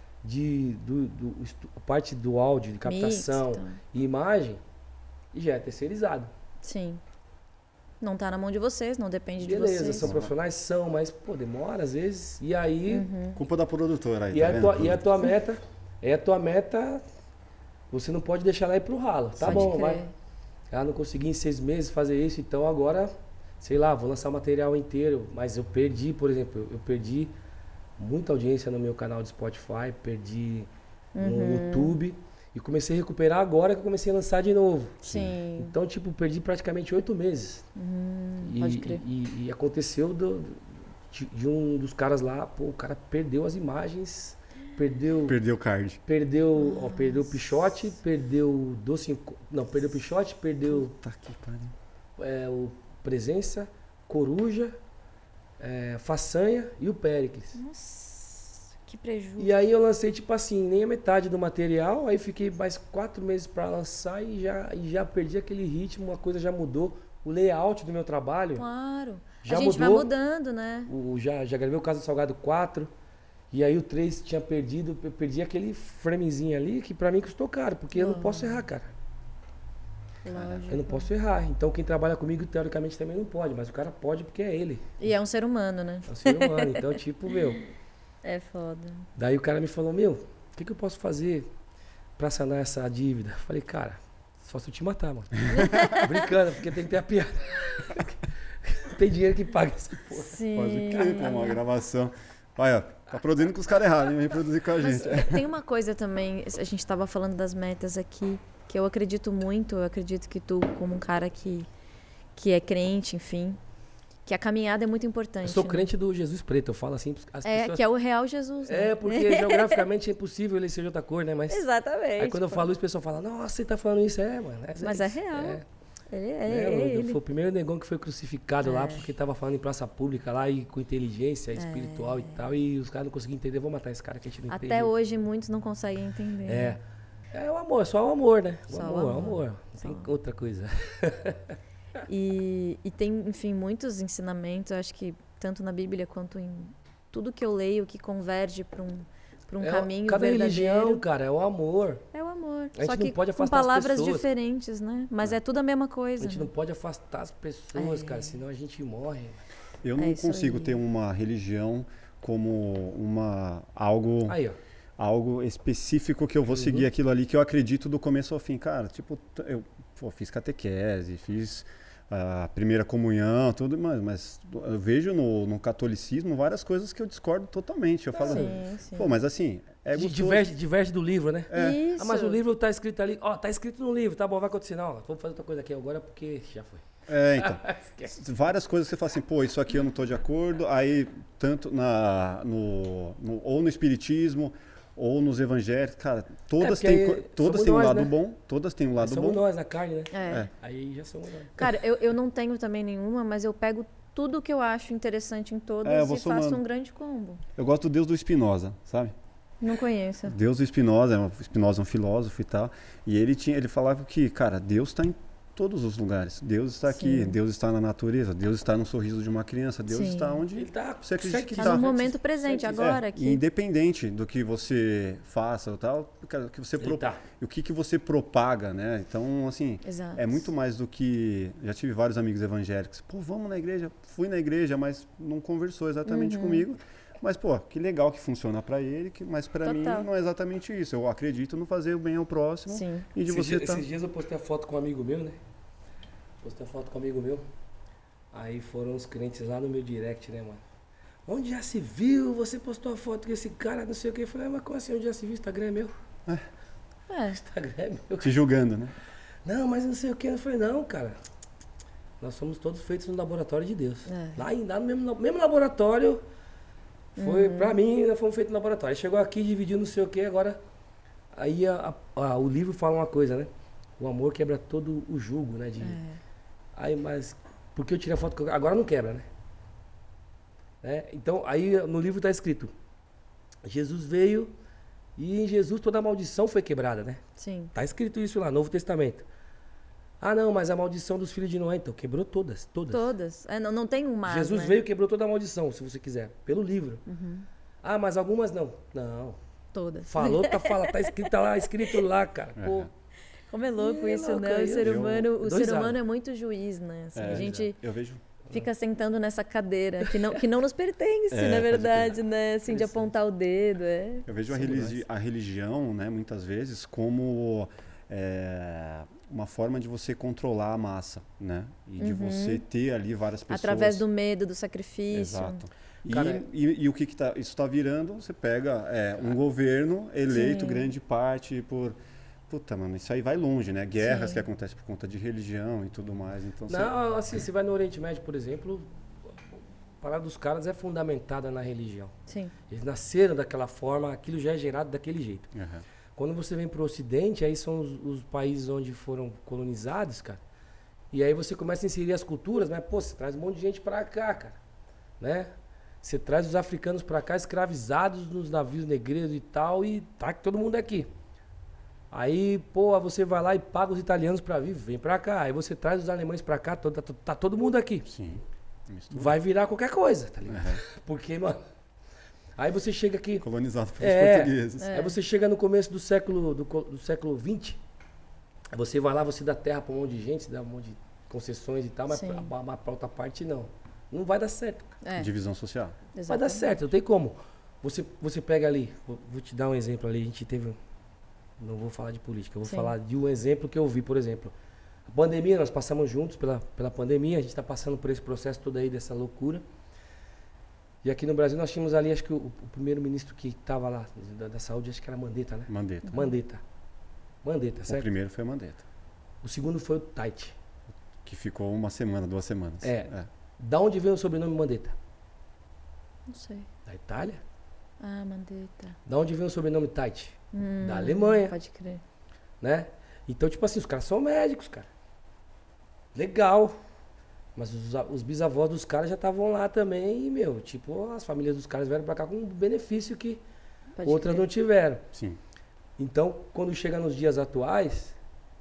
a parte do áudio, de captação e imagem, já é terceirizado. Sim. Não está na mão de vocês, não depende de Beleza, vocês. são profissionais, mas demora às vezes. E aí... Culpa da produtora aí, e a tua meta, você não pode deixar ela ir pro ralo. Tá bom, vai. Não consegui em 6 meses fazer isso, então agora, sei lá, vou lançar o material inteiro. Mas eu perdi, por exemplo, eu perdi muita audiência no meu canal de Spotify, perdi no YouTube e comecei a recuperar agora que eu comecei a lançar de novo. Sim. Então, perdi praticamente 8 meses. Pode crer. E aconteceu de um dos caras lá, o cara perdeu as imagens, perdeu o card. Perdeu o Pichote, perdeu perdeu o Pichote, perdeu Puta que pariu. o Presença, Coruja, Façanha e o Péricles. Nossa, que prejuízo. E aí eu lancei nem a metade do material, aí fiquei mais 4 meses para lançar e já perdi aquele ritmo, a coisa já mudou. O layout do meu trabalho Claro. já a gente mudou. vai mudando, né? Já gravei o Casa do Salgado 4, e aí o 3 tinha perdido, eu perdi aquele framezinho ali que pra mim custou caro, porque eu não posso errar, cara. Lógico. Eu não posso errar. Então quem trabalha comigo, teoricamente, também não pode. Mas o cara pode porque é ele. E é um ser humano, né? É um ser humano. Então, tipo, meu... É foda. Daí o cara me falou, meu, o que eu posso fazer pra sanar essa dívida? Eu falei, cara, só se eu te matar, mano. Brincando, porque tem que ter a piada. Tem dinheiro que paga essa porra. Sim. Pode crer, pô, uma gravação. Olha, tá produzindo com os caras errados, vem produzir com a Mas gente. tem uma coisa também, a gente estava falando das metas aqui, que eu acredito muito, eu acredito que tu, como um cara que é crente, enfim, que a caminhada é muito importante. Eu sou né? crente do Jesus preto, eu falo assim, as pessoas... Que é o real Jesus, né? É, porque geograficamente é impossível ele ser de outra cor, né? Mas Exatamente. aí quando eu falo isso, o pessoal fala, nossa, você tá falando isso, mano. Mas é real. Foi o primeiro negão que foi crucificado lá, porque tava falando em praça pública lá e com inteligência espiritual e tal, e os caras não conseguiam entender, vou matar esse cara que a gente não entende. Até hoje muitos não conseguem entender. É o amor, só o amor, né? Só o amor. Não tem outra coisa. E tem, enfim, muitos ensinamentos, acho que tanto na Bíblia quanto em tudo que eu leio que converge para um caminho cada verdadeiro. religião, cara, é o amor. É o amor. A gente Só não que pode com afastar as palavras pessoas. diferentes, né? Mas é tudo a mesma coisa. A gente não pode afastar as pessoas, cara, senão a gente morre. Eu não isso consigo aí. ter uma religião como algo... Aí, ó. Algo específico que eu vou seguir aquilo ali que eu acredito do começo ao fim. Cara, tipo, eu fiz catequese, fiz a primeira comunhão, tudo, mas eu vejo no catolicismo várias coisas que eu discordo totalmente. Eu falo, sim. pô, mas assim, é gostoso. Diverge do livro, né? Isso. Ah, mas o livro tá escrito ali, tá escrito no livro, tá bom, vai acontecer. Não, vamos fazer outra coisa aqui agora porque já foi. Então, várias coisas que você fala assim, pô, isso aqui eu não tô de acordo, aí tanto ou no espiritismo, ou nos evangélicos, cara, todas têm um lado bom, todas têm um lado bom. Somos nós, na carne, né? Aí já somos nós. Cara, eu não tenho também nenhuma, mas eu pego tudo que eu acho interessante em todas e faço um grande combo. Eu gosto do Deus do Spinoza, sabe? Não conheço. Deus do Spinoza, Spinoza é um filósofo e tal, e ele falava que, cara, Deus está em todos os lugares. Deus está aqui, Deus está na natureza, Deus está no sorriso de uma criança, Deus está onde você acredita que está. No momento presente, agora. Aqui. Independente do que você faça ou tal, que você o que você propaga, né? Então, assim, é muito mais do que... Já tive vários amigos evangélicos. Pô, vamos na igreja? Fui na igreja, mas não conversou exatamente comigo. Mas, pô, que legal que funciona pra ele, mas pra mim não é exatamente isso. Eu acredito no fazer o bem ao próximo. Sim. E de Esses dias eu postei a foto com um amigo meu, né? Aí foram os crentes lá no meu direct, né, mano? Onde já se viu? Você postou a foto com esse cara, não sei o que. Eu falei, mas como assim? Onde já se viu? Instagram é meu. Instagram é meu. Te julgando, né? Não, mas não sei o que. Eu falei, não, cara. Nós somos todos feitos no laboratório de Deus. Lá no mesmo laboratório... Foi, pra mim, nós fomos feitos no laboratório. Aí chegou aqui, dividiu não sei o que, agora... Aí o livro fala uma coisa, né? O amor quebra todo o jugo, né? Aí, mas... Porque eu tirei a foto... Agora não quebra, né? Então, aí no livro tá escrito... Jesus veio e em Jesus toda a maldição foi quebrada, né? Sim. Tá escrito isso lá, Novo Testamento. Ah, não, mas a maldição dos filhos de Noé, então, quebrou todas. Todas. Não tem um mas, Jesus veio e quebrou toda a maldição, se você quiser, pelo livro. Ah, mas algumas não. Não. Todas. Falou, tá escrito lá, cara. Pô. Como é louco isso, louco, né? O ser humano anos. É muito juiz, né? Assim, a gente eu vejo... fica sentando nessa cadeira que não nos pertence, na verdade, né? Assim, de apontar o dedo. Eu vejo a religião, né, muitas vezes, como... uma forma de você controlar a massa, né? E de você ter ali várias pessoas... Através do medo, do sacrifício. Exato. E o que isso está virando? Você pega um governo eleito, grande parte, por... Puta, mano, isso aí vai longe, né? Guerras que acontecem por conta de religião e tudo mais. Então, não, assim, você vai no Oriente Médio, por exemplo, a parada dos caras é fundamentada na religião. Sim. Eles nasceram daquela forma, aquilo já é gerado daquele jeito. Quando você vem para o Ocidente, aí são os países onde foram colonizados, cara. E aí você começa a inserir as culturas, mas, pô, você traz um monte de gente para cá, cara. Né? Você traz os africanos para cá, escravizados nos navios negreiros e tal, e tá que todo mundo é aqui. Aí, pô, você vai lá e paga os italianos para vir, vem para cá. Aí você traz os alemães para cá, tá todo mundo aqui. Sim. Vai virar qualquer coisa, tá ligado? Porque, mano... Aí você chega aqui... Colonizado pelos portugueses. Aí você chega no começo do século XX, Você vai lá, você dá terra pra um monte de gente, você dá um monte de concessões e tal, mas Sim. pra outra parte não. Não vai dar certo. É, Divisão social. Vai dar certo, não tem como. Você pega ali, vou te dar um exemplo ali, a gente teve, não vou falar de política, eu vou Sim. falar de um exemplo que eu vi, por exemplo. A pandemia, nós passamos juntos pela pandemia, a gente está passando por esse processo todo aí, dessa loucura. E aqui no Brasil nós tínhamos ali, acho que o primeiro-ministro que estava lá, da saúde, acho que era Mandetta, né? Mandetta. Mandetta, O certo? primeiro foi Mandetta, O segundo foi o Tait. que ficou 1 semana, 2 semanas. Da onde veio o sobrenome Mandetta? Não sei. Da Itália. Ah, Mandetta. Da onde veio o sobrenome Tait? Da Alemanha, Pode crer. né? Então, tipo assim, os caras são médicos, cara. Legal. Mas os bisavós dos caras já estavam lá também e, meu, tipo, as famílias dos caras vieram pra cá com um benefício que Pode outras crer. não tiveram. Sim. Então, quando chega nos dias atuais,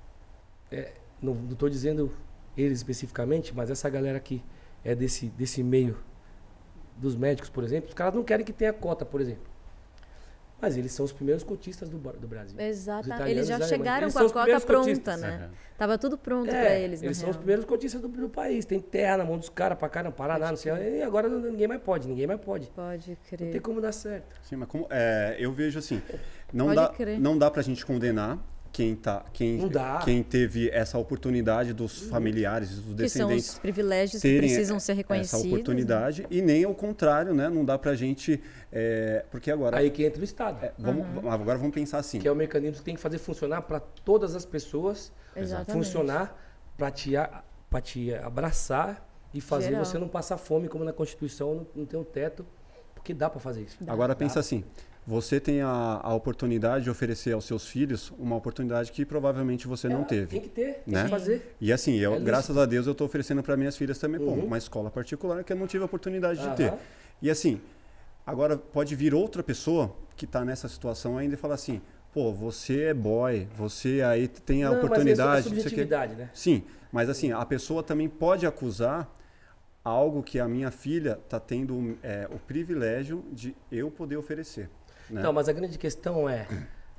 não estou dizendo eles especificamente, mas essa galera que é desse meio dos médicos, por exemplo, os caras não querem que tenha cota, por exemplo. Mas eles são os primeiros cotistas do Brasil. Exato. italianos Eles já e alemães. chegaram Eles com são a os cota primeiros pronta, cotistas. né? Tava tudo pronto pra eles, Eles na são os real. primeiros cotistas do país. Tem terra na mão dos caras pra caramba, Paraná, não sei. E agora ninguém mais pode. Pode Não tem crer. como dar certo. Sim, mas eu vejo assim, Pode crer. não dá pra gente condenar Não dá. quem teve essa oportunidade dos familiares, dos Que são descendentes os privilégios que terem precisam ser reconhecidos. essa oportunidade e nem ao contrário, né? Não dá pra gente, porque agora Aí que entra o Estado. agora vamos pensar assim. Que é o mecanismo que tem que fazer funcionar para todas as pessoas. Exatamente. Funcionar para te abraçar e fazer Geral. você não passar fome, como na Constituição, não ter um teto. Porque dá para fazer isso. Agora pensa assim, você tem a oportunidade de oferecer aos seus filhos uma oportunidade que provavelmente você não teve. Tem que ter, tem né? que fazer. E assim, lícito. graças a Deus, eu estou oferecendo para minhas filhas também, pô, uma escola particular que eu não tive a oportunidade de ter. E assim, agora pode vir outra pessoa que está nessa situação ainda e falar assim, pô, você é boy, você aí tem a oportunidade. Mas é subjetividade, né? Sim, mas assim, a pessoa também pode acusar algo que a minha filha está tendo o privilégio de eu poder oferecer. Né? Não, mas a grande questão é,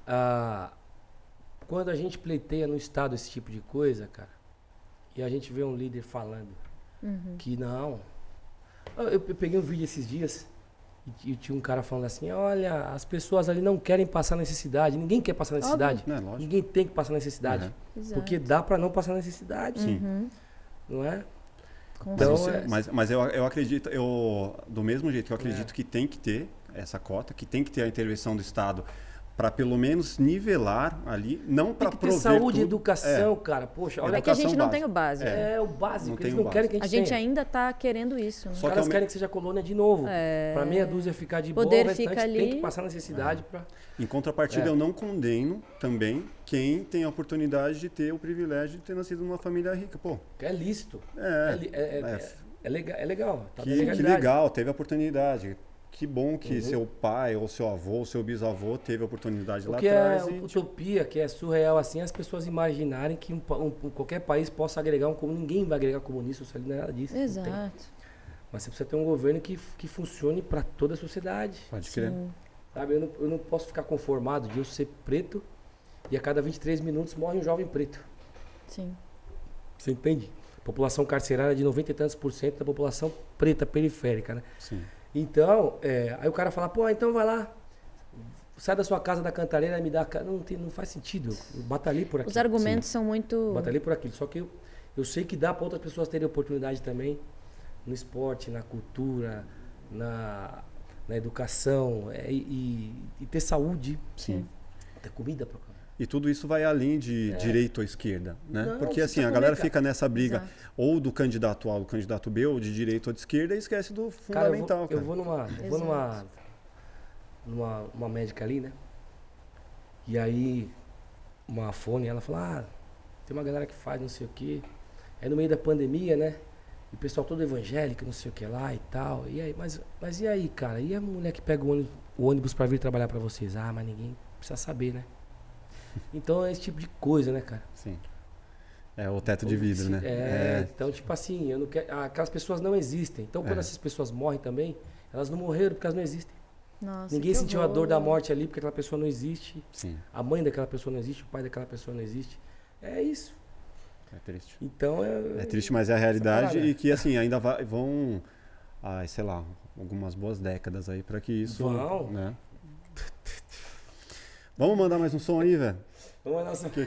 quando a gente pleiteia no Estado esse tipo de coisa, cara, e a gente vê um líder falando que não... Eu peguei um vídeo esses dias e tinha um cara falando assim, olha, as pessoas ali não querem passar necessidade, ninguém quer passar necessidade. Não, é lógico. Ninguém tem que passar necessidade. Uhum. Porque dá para não passar necessidade. Sim. Não é? Com Então, certeza. Mas eu acredito, do mesmo jeito que eu acredito que tem que ter essa cota, que tem que ter a intervenção do Estado para pelo menos nivelar ali, não para tem que ter prover saúde e tudo. educação, cara. Poxa, olha É que a gente educação não tem o básico. É o básico. Não Eles tem não o querem que A a gente gente tenha. ainda tá querendo isso, né? Os Só que caras ao me- querem que seja colônia de novo. Pra meia dúzia ficar de Poder boa, o restante fica ali. tem que passar necessidade pra... Em contrapartida, eu não condeno também quem tem a oportunidade de ter o privilégio de ter nascido numa família rica. Pô, É lícito. É. É legal. Tá na que legalidade. legal, teve a oportunidade. Que bom que seu pai, ou seu avô, ou seu bisavô teve a oportunidade O lá que atrás. é utopia, que é surreal assim, as pessoas imaginarem que qualquer país possa agregar um comunismo. Ninguém vai agregar comunista, socialismo, não é nada disso. não tem. Exato. Mas você precisa ter um governo que funcione para toda a sociedade. Pode crer. Sim. Sabe? Eu não posso ficar conformado de eu ser preto e a cada 23 minutos morre um jovem preto. Sim. Você entende? A população carcerária é de 90 e tantos % da população preta periférica, né? Sim. Então, aí o cara fala, pô, então vai lá, sai da sua casa da Cantareira e me dá... Não faz sentido, eu batalhei por aquilo. Os argumentos são muito... Batalhei por aquilo, só que eu sei que dá para outras pessoas terem oportunidade também no esporte, na cultura, na educação e ter saúde, Sim. ter comida para comer. E tudo isso vai além de direita ou esquerda, né? Não, Porque você assim, tá a galera comigo, fica nessa briga Exato. ou do candidato A ou do candidato B, ou de direita ou de esquerda, e esquece do fundamental, eu vou numa médica ali, né? E aí, uma fone, ela fala, tem uma galera que faz não sei o quê. É no meio da pandemia, né? E o pessoal todo evangélico, não sei o que lá e tal. E aí, mas e aí, cara? E a mulher que pega o ônibus pra vir trabalhar pra vocês? Ah, mas ninguém precisa saber, né? Então é esse tipo de coisa, né, cara? Sim. É o teto de vidro, né? Então, tipo assim, eu não quero, aquelas pessoas não existem. Então, quando essas pessoas morrem também, elas não morreram porque elas não existem. Nossa, Ninguém que sentiu a horror. dor da morte ali porque aquela pessoa não existe. Sim. A mãe daquela pessoa não existe, o pai daquela pessoa não existe. É isso. É triste. Então É triste, mas é a realidade parada. e que assim, ainda vão, sei lá, algumas boas décadas aí pra que isso, Vão. né? Vamos mandar mais um som aí, velho? Vamos lá, nossa.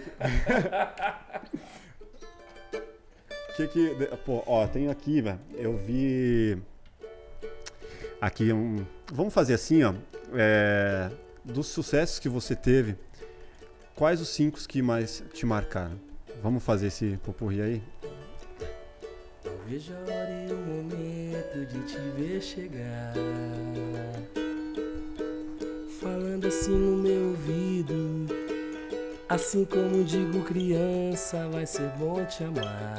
Pô, ó, tem aqui, velho, eu vi aqui vamos fazer assim, ó, dos sucessos que você teve, quais os 5 que mais te marcaram? Vamos fazer esse popurrí aí? Veja a hora e o momento de te ver chegar, falando assim no meu ouvido, assim como digo criança, vai ser bom te amar.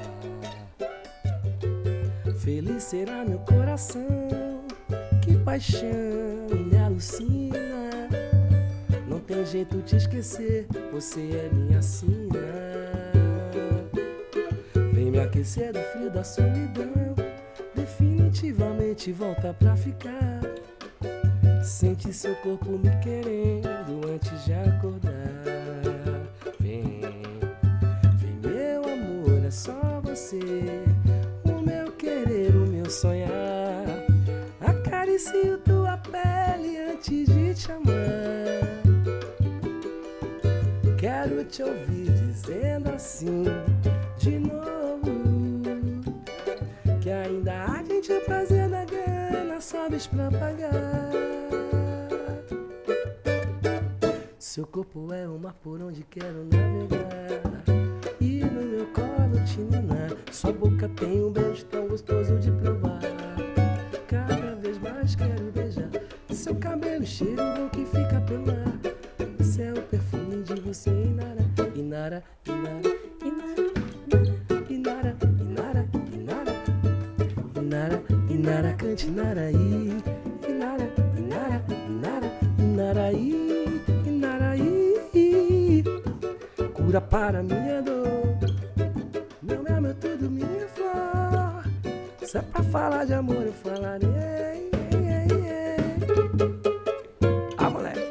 Feliz será meu coração, que paixão me alucina. Não tem jeito de esquecer, você é minha sina. Vem me aquecer do frio da solidão, definitivamente volta pra ficar. Sente seu corpo me querendo antes de acordar. Vem, vem meu amor, é só você, o meu querer, o meu sonhar. Acaricio tua pele antes de te amar. Quero te ouvir dizendo assim de novo, que ainda há gente o prazer da gana, sobes pra pagar. Seu corpo é o mar por onde quero navegar, e no meu colo te ninar. Sua boca tem um beijo tão gostoso de provar. Cada vez mais quero beijar seu cabelo, cheiro bom que fica pelo ar. Esse é o perfume de você, Inara, Inara, Inara, Inara, Inara, Inara, Inara, Inara, cante Inaraí, Inara, Inara, Inara, Inaraí, Inaraí. Cura para minha dor, meu mel, meu tudo, minha flor. Se é pra falar de amor, eu falarei. Ah, moleque.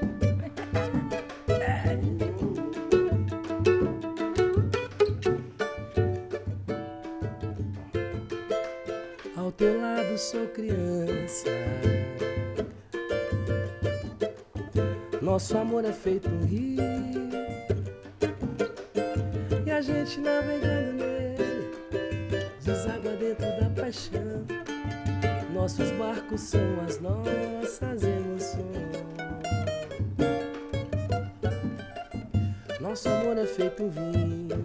Ao teu lado sou criança, nosso amor é feito um rio, e a gente navegando nele deságua dentro da paixão. Nossos barcos são as nossas emoções. Nosso amor é feito um vinho,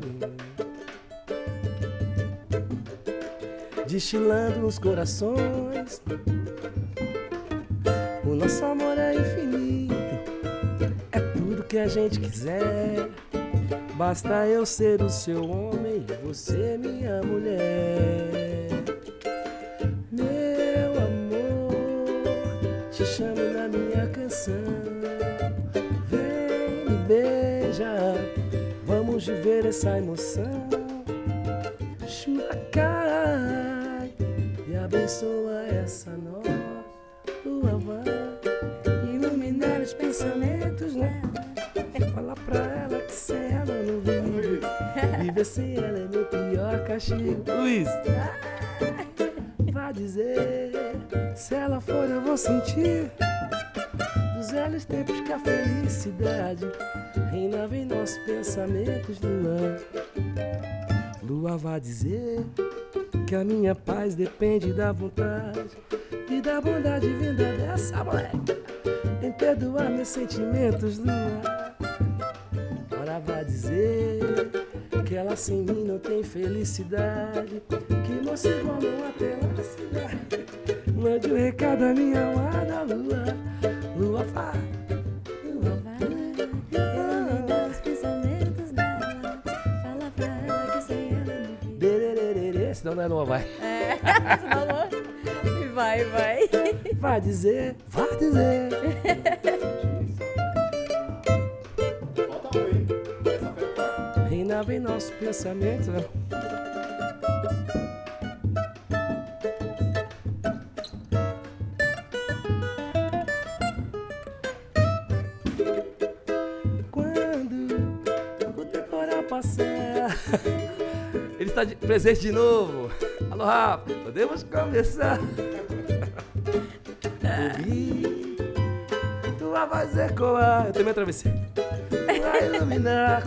destilando nos corações. O nosso amor é infinito, é tudo que a gente quiser. Basta eu ser o seu homem e você minha mulher. Meu amor, te chamo na minha canção. Vem me beija, vamos viver essa emoção. Chuva cai e abençoa essa noite. Lua vai iluminar os pensamentos, né? Fala pra ela que sem ela eu não vivo. Viver sem ela é meu pior castigo. Luiz, vai dizer, se ela for eu vou sentir dos velhos tempos que a felicidade reinava em nossos pensamentos. Lua vai dizer que a minha paz depende da vontade e da bondade vinda dessa mulher em perdoar meus sentimentos. Lua, ora vai dizer que ela sem mim não tem felicidade, que moço igual não há pela cidade. Mande um recado à minha amada Lua. Lua vai, Lua vai, os pensamentos dela. Fala pra ela que sem ela não vive. senão não é Lua vai. Senão não. E vai. Vai dizer, vai dizer. Falta um, hein? Essa foi a parte. Reinava em nossos pensamentos, né? Quando o temporal passar tá presente de novo. Alô, Rafa, podemos começar. Ouvi tua voz ecoar. Eu também atravessei. Vai iluminar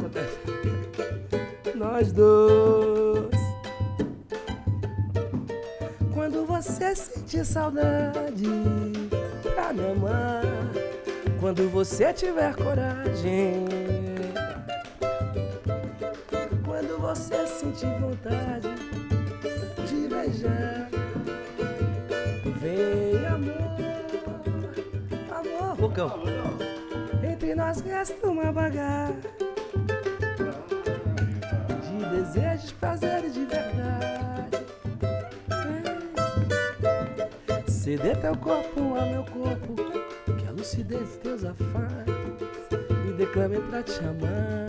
nós dois. Quando você sentir saudade pra me amar, quando você tiver coragem, quando você sentir vontade de beijar, vem amor, amor, Rocão. Entre nós resta uma bagagem de desejos, prazeres de verdade. Ceder teu corpo a meu corpo, que a lucidez de teus afares me declame pra te amar.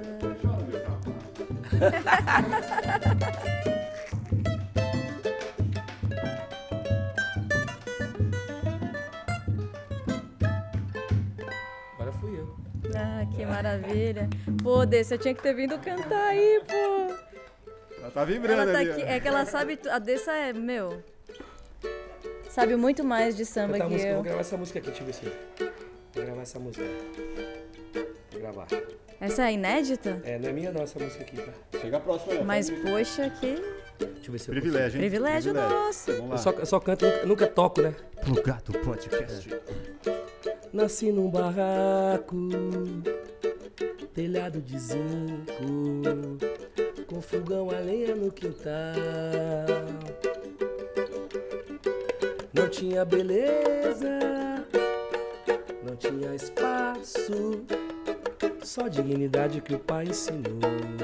Agora fui eu. Ah, que maravilha. Pô, Dê, você tinha que ter vindo cantar aí, pô. Ela tá vibrando Ela tá ali. aqui, é que ela sabe, a Dessa é, meu, sabe muito mais de samba que Música, eu. vou gravar essa música aqui, deixa eu ver se vou gravar essa música. Vou gravar. Essa é inédita? É, não é minha não essa música aqui, tá? Chega próximo aí. Mas, poxa, que Deixa eu ver se eu Privilégio, hein? privilégio nosso. Vamos lá. Eu só canto, nunca toco, né? Plugado Podcast. Nasci num barraco, telhado de zinco, com fogão a lenha no quintal. Não tinha beleza, não tinha espaço, só dignidade que o pai ensinou.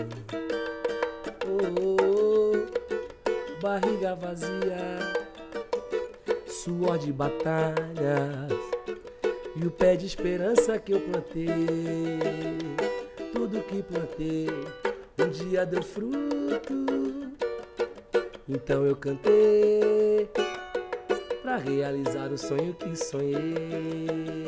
Oh, oh, barriga vazia, suor de batalhas e o pé de esperança que eu plantei. Tudo que plantei um dia deu fruto, então eu cantei pra realizar o sonho que sonhei.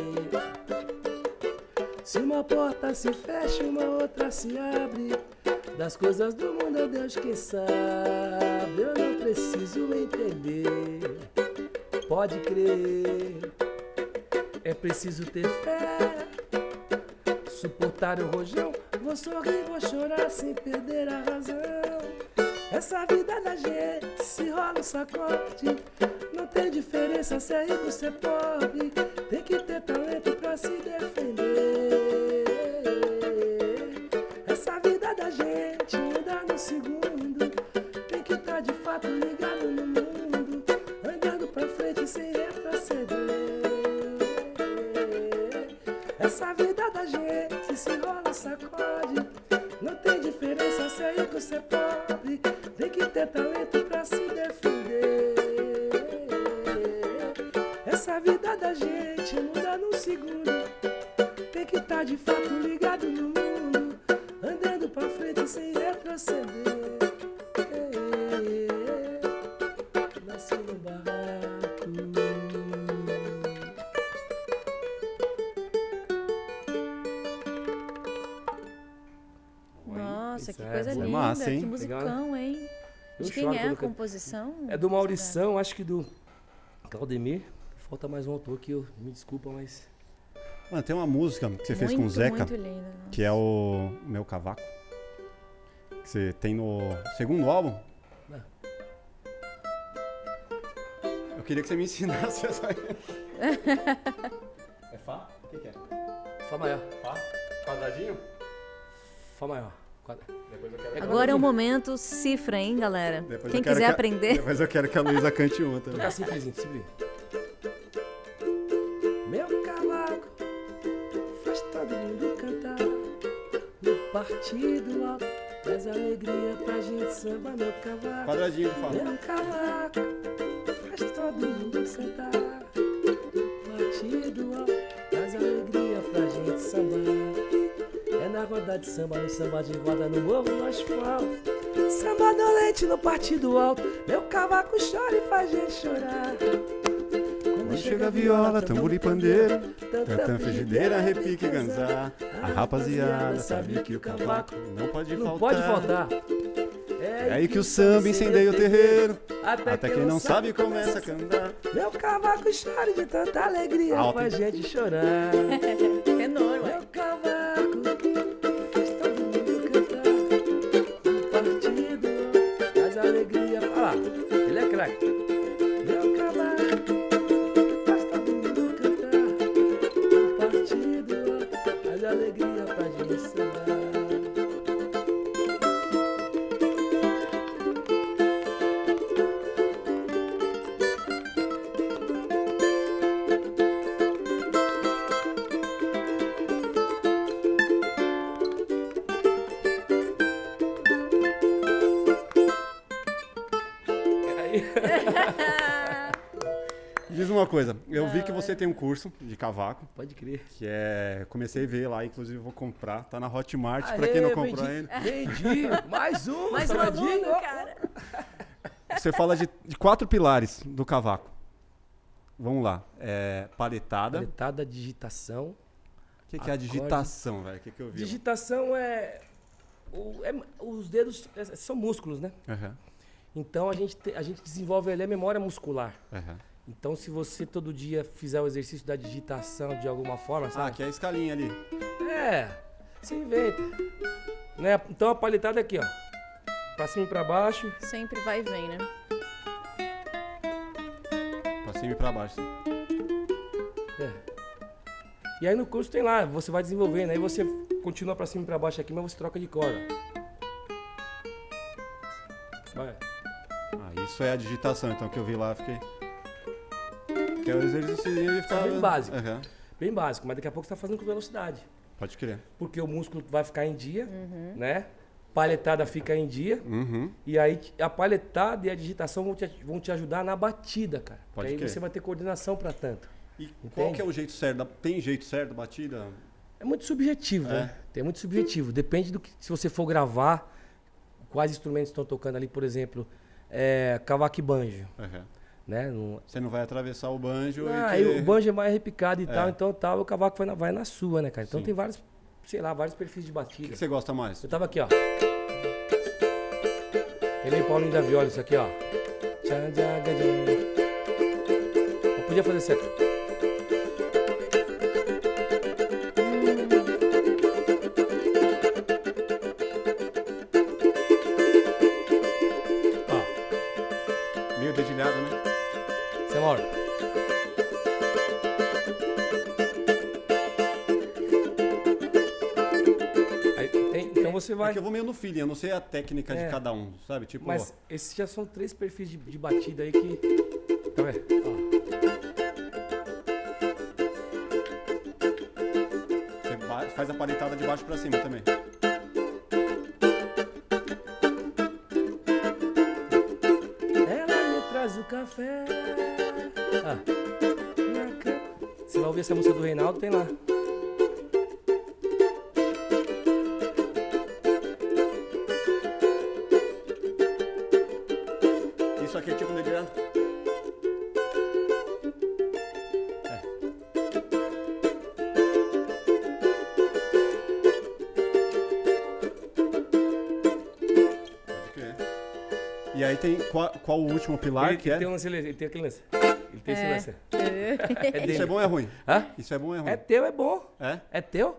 Se uma porta se fecha, uma outra se abre. Das coisas do mundo é Deus quem sabe. Eu não preciso entender, pode crer. É preciso ter fé, suportar o rojão. Vou sorrir, vou chorar sem perder a razão. Essa vida da gente se rola um sacode. Não tem diferença se é rico ou se é pobre. Tem que ter talento pra se defender. Essa vida da gente muda no segundo. Tem que estar de fato ligado no mundo, andando pra frente sem retroceder. Essa vida da gente se rola, sacode. Não tem diferença se é rico ou se é pobre. Tem que ter talento pra se defender. Essa vida da gente muda num segundo. Tem que estar de fato ligado no mundo, andando pra frente sem retroceder. Nasci no barraco. Nossa, que Isso coisa é linda, massa, hein? que musicão, hein? Eu De quem choro é a quando eu canto. composição? É do Maurição, acho que do Claudemir. Falta mais um autor que eu me desculpa, mas Mano, tem uma música que você fez com o Zeca, Muito linda. Nossa. que é o Meu Cavaco. Que você tem no segundo álbum. Não. Eu queria que você me ensinasse essa aí. É Fá? O que é? Fá maior. Fá? Quadradinho? Fá maior. Depois eu quero Agora é o momento cifra, hein, galera? Depois Quem eu quero quiser que aprender. Depois eu quero que a Luísa cante uma também. Tocar simplesinho, se vê. Meu cavaco faz todo mundo cantar no partido alto, traz alegria pra gente samba. Meu cavaco, Quadradinho, Fá. meu cavaco faz todo mundo sentar no partido alto, traz alegria pra gente sambar. É na roda de samba, no samba de roda, no morro, no asfalto. Samba dolente no partido alto, meu cavaco chora e faz gente chorar. Quando chega a viola, tambor e pandeiro, tantã, frigideira, repique e ganzá. A rapaziada sabe que o cavaco não pode faltar. Não pode faltar. É aí que o samba incendeia o terreiro. Até quem não sabe começa a cantar. Meu cavaco chora de tanta alegria, faz gente chorar. Tenor, ué. Meu cavaco faz todo mundo cantar. Um partido faz alegria. Olha lá, ele é craque. Meu cavaco faz todo mundo cantar. Um partido faz alegria pra gente sambar. Diz uma coisa, eu vi que você tem um curso de cavaco, Pode crer. que comecei a ver lá, inclusive vou comprar, tá na Hotmart, pra quem não comprou vendi, ainda. Vendi, mais um, Mais um salgadinho, aluno, ó. cara. Você fala de 4 pilares do cavaco. Vamos lá, paletada. Paletada, digitação. O que é a digitação, velho? O que eu vi? Digitação os dedos são músculos, né? Aham, Então a gente desenvolve ali a memória muscular. aham. Então se você todo dia fizer o exercício da digitação de alguma forma, Ah, sabe? que é a escalinha ali. Você inventa. Né? Então a paletada é aqui, ó. Pra cima e pra baixo. Sempre vai e vem, né? Pra cima e pra baixo. É. E aí no curso tem lá, você vai desenvolvendo, aí você continua pra cima e pra baixo aqui, mas você troca de corda. Vai. Ah, isso é a digitação, então, que eu vi lá, fiquei... Que é o exercício de ficar... bem básico. Aham, Bem básico, mas daqui a pouco você tá fazendo com velocidade. pode crer. Porque o músculo vai ficar em dia, né? Paletada fica em dia. Uhum. E aí a paletada e a digitação vão te ajudar na batida, cara. Pode Aí crer. você vai ter coordenação pra tanto. E qual Entende? que é o jeito certo? Tem jeito certo da batida? É muito subjetivo, né? É muito subjetivo. Depende do que, se você for gravar, quais instrumentos estão tocando ali, por exemplo, cavaco e banjo, Aham. né? Você não vai atravessar o banjo Aí o banjo é mais repicado e tal, É. então o cavaco vai na sua, né, cara? Então Sim. tem vários, sei lá, vários perfis de O batida. que você gosta mais? Eu tava aqui, ó. Ele e Paulinho da Viola, isso aqui, ó. Eu podia fazer certo. Ó, Meio dedilhado, né? você mora. Então você vai. É que eu vou meio no feeling, eu não sei a técnica de É. cada um, sabe? Tipo, Mas esses já são 3 perfis de batida aí que. Tá vendo? Ó. você faz a paletada de baixo pra cima também. Ela me traz o café. Ah. Na cama. Você vai ouvir essa música do Reinaldo, tem lá. Isso aqui é tipo dedilhado? Pode crer. E aí tem qual o último pilar que é? Ele tem aquele lance. Ele tem esse lance. É Isso dele. é bom ou é ruim? Hã? Isso é bom ou é ruim? É teu, é bom. É? É teu?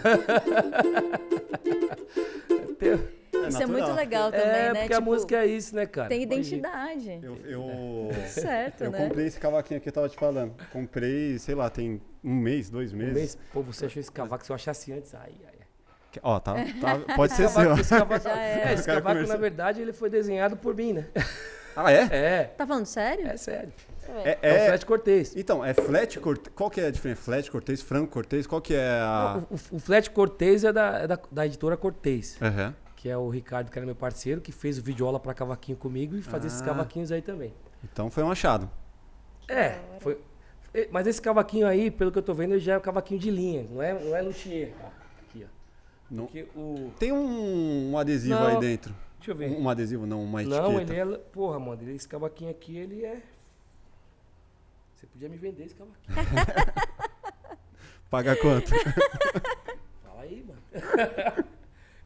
É teu. Isso é muito natural. legal também, né? Porque a música é isso, né, cara? tem identidade. Eu Certo, eu né? comprei esse cavaquinho aqui, eu tava te falando. Comprei, sei lá, tem 1 mês, 2 Um meses. mês, pô, você achou esse cavaco, se eu achasse antes, ai. Ó, pode ser seu. Esse cavaco, Já era. esse O cara cavaco, começou. na verdade, ele foi desenhado por mim, né? Ah, é? É, Tá falando sério? é sério. É, É o Fred Cortez. Então, é flat cortês. Qual que é a diferença? Flat cortês, franco cortês? Qual que é a. O Fred Cortez é da editora Cortez, Aham. que é o Ricardo, que era meu parceiro, que fez o videoaula pra cavaquinho comigo e fazia esses cavaquinhos aí também. Então foi um achado. Foi. Mas esse cavaquinho aí, pelo que eu tô vendo, ele já é um cavaquinho de linha, não é luthier. Aqui, ó. Não- Porque o... Tem um adesivo Não. aí dentro. Deixa eu ver. Um adesivo, não, uma etiqueta. Não, ele é... Porra, mano, esse cavaquinho aqui, ele é... Você podia me vender esse cavaquinho. Paga quanto? Fala aí, mano.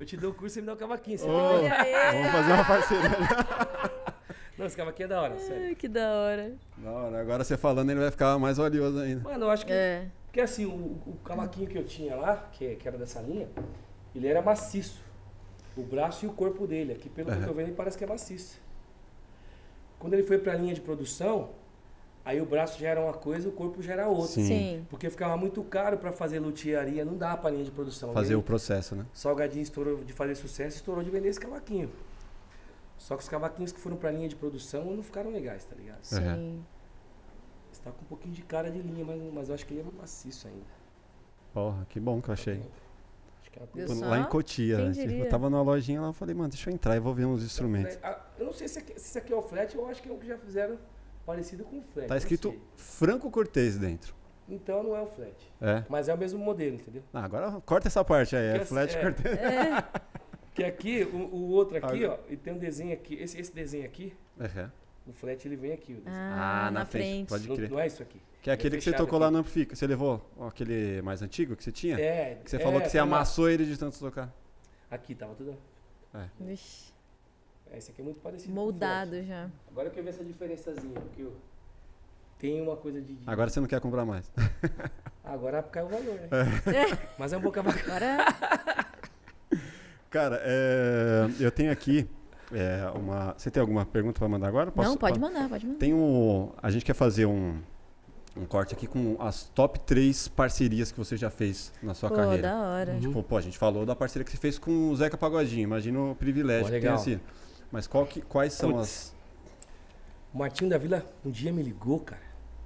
Eu te dou o curso e me dá o cavaquinho. Você Olha aí. Vamos fazer uma parceria. Não, esse cavaquinho é da hora, sério. Ai, que da hora. Não, agora você falando, ele vai ficar mais valioso ainda. Mano, eu acho que... É. Porque assim, o cavaquinho que eu tinha lá, que era dessa linha, ele era maciço. O braço e o corpo dele. Aqui, pelo que eu tô vendo, ele parece que é maciço. Quando ele foi pra linha de produção, aí o braço já era uma coisa, o corpo já era outra. Sim. Porque ficava muito caro pra fazer luthieria, não dá pra linha de produção. Fazer Aí, o processo, né? Salgadinho estourou de fazer sucesso, estourou de vender esse cavaquinho. Só que os cavaquinhos que foram pra linha de produção não ficaram legais, tá ligado? Sim. Você tá com um pouquinho de cara de linha, mas eu acho que ele é maciço ainda. Porra, que bom que eu achei. Acho que é uma Viu coisa... só? Lá em Cotia. Quem Tipo, diria? eu tava numa lojinha lá, eu falei, mano, deixa eu entrar e vou ver uns instrumentos. Eu não sei se esse aqui é o flat, eu acho que é o que já fizeram parecido com o flat. Tá não escrito sei. Franco Cortez dentro. Então não é o flat. É. Mas é o mesmo modelo, entendeu? Ah, agora corta essa parte aí, é Que flat é- Cortez. Que aqui, o outro aqui, Agora- ó, e tem um desenho aqui. Esse desenho aqui, Uhum. o flat ele vem aqui. O desenho. Ah, na frente. Pode Não, crer. não é isso aqui. Que é aquele É que você fechado tocou aqui. lá no Amplifica. Você levou aquele mais antigo que você tinha? É. Que você falou que você tá lá. amassou ele de tanto tocar. Aqui, tava tudo... Vixe, Esse aqui é muito parecido com o flat. moldado já. Agora que eu vi essa diferençazinha, porque tem uma coisa de... Agora você não quer comprar mais. Agora caiu o valor, né? Mas é um pouco bacana. Agora, Cara, eu tenho aqui uma... Você tem alguma pergunta pra mandar agora? não, pode mandar, pode mandar. Tem a gente quer fazer um corte aqui com as top 3 parcerias que você já fez na sua Pô, carreira. da hora. Uhum. Tipo, pô, a gente falou da parceria que você fez com o Zeca Pagodinho. Imagina o privilégio Pô, que tem legal. assim. Mas quais são Putz. O Martinho da Vila um dia me ligou, cara.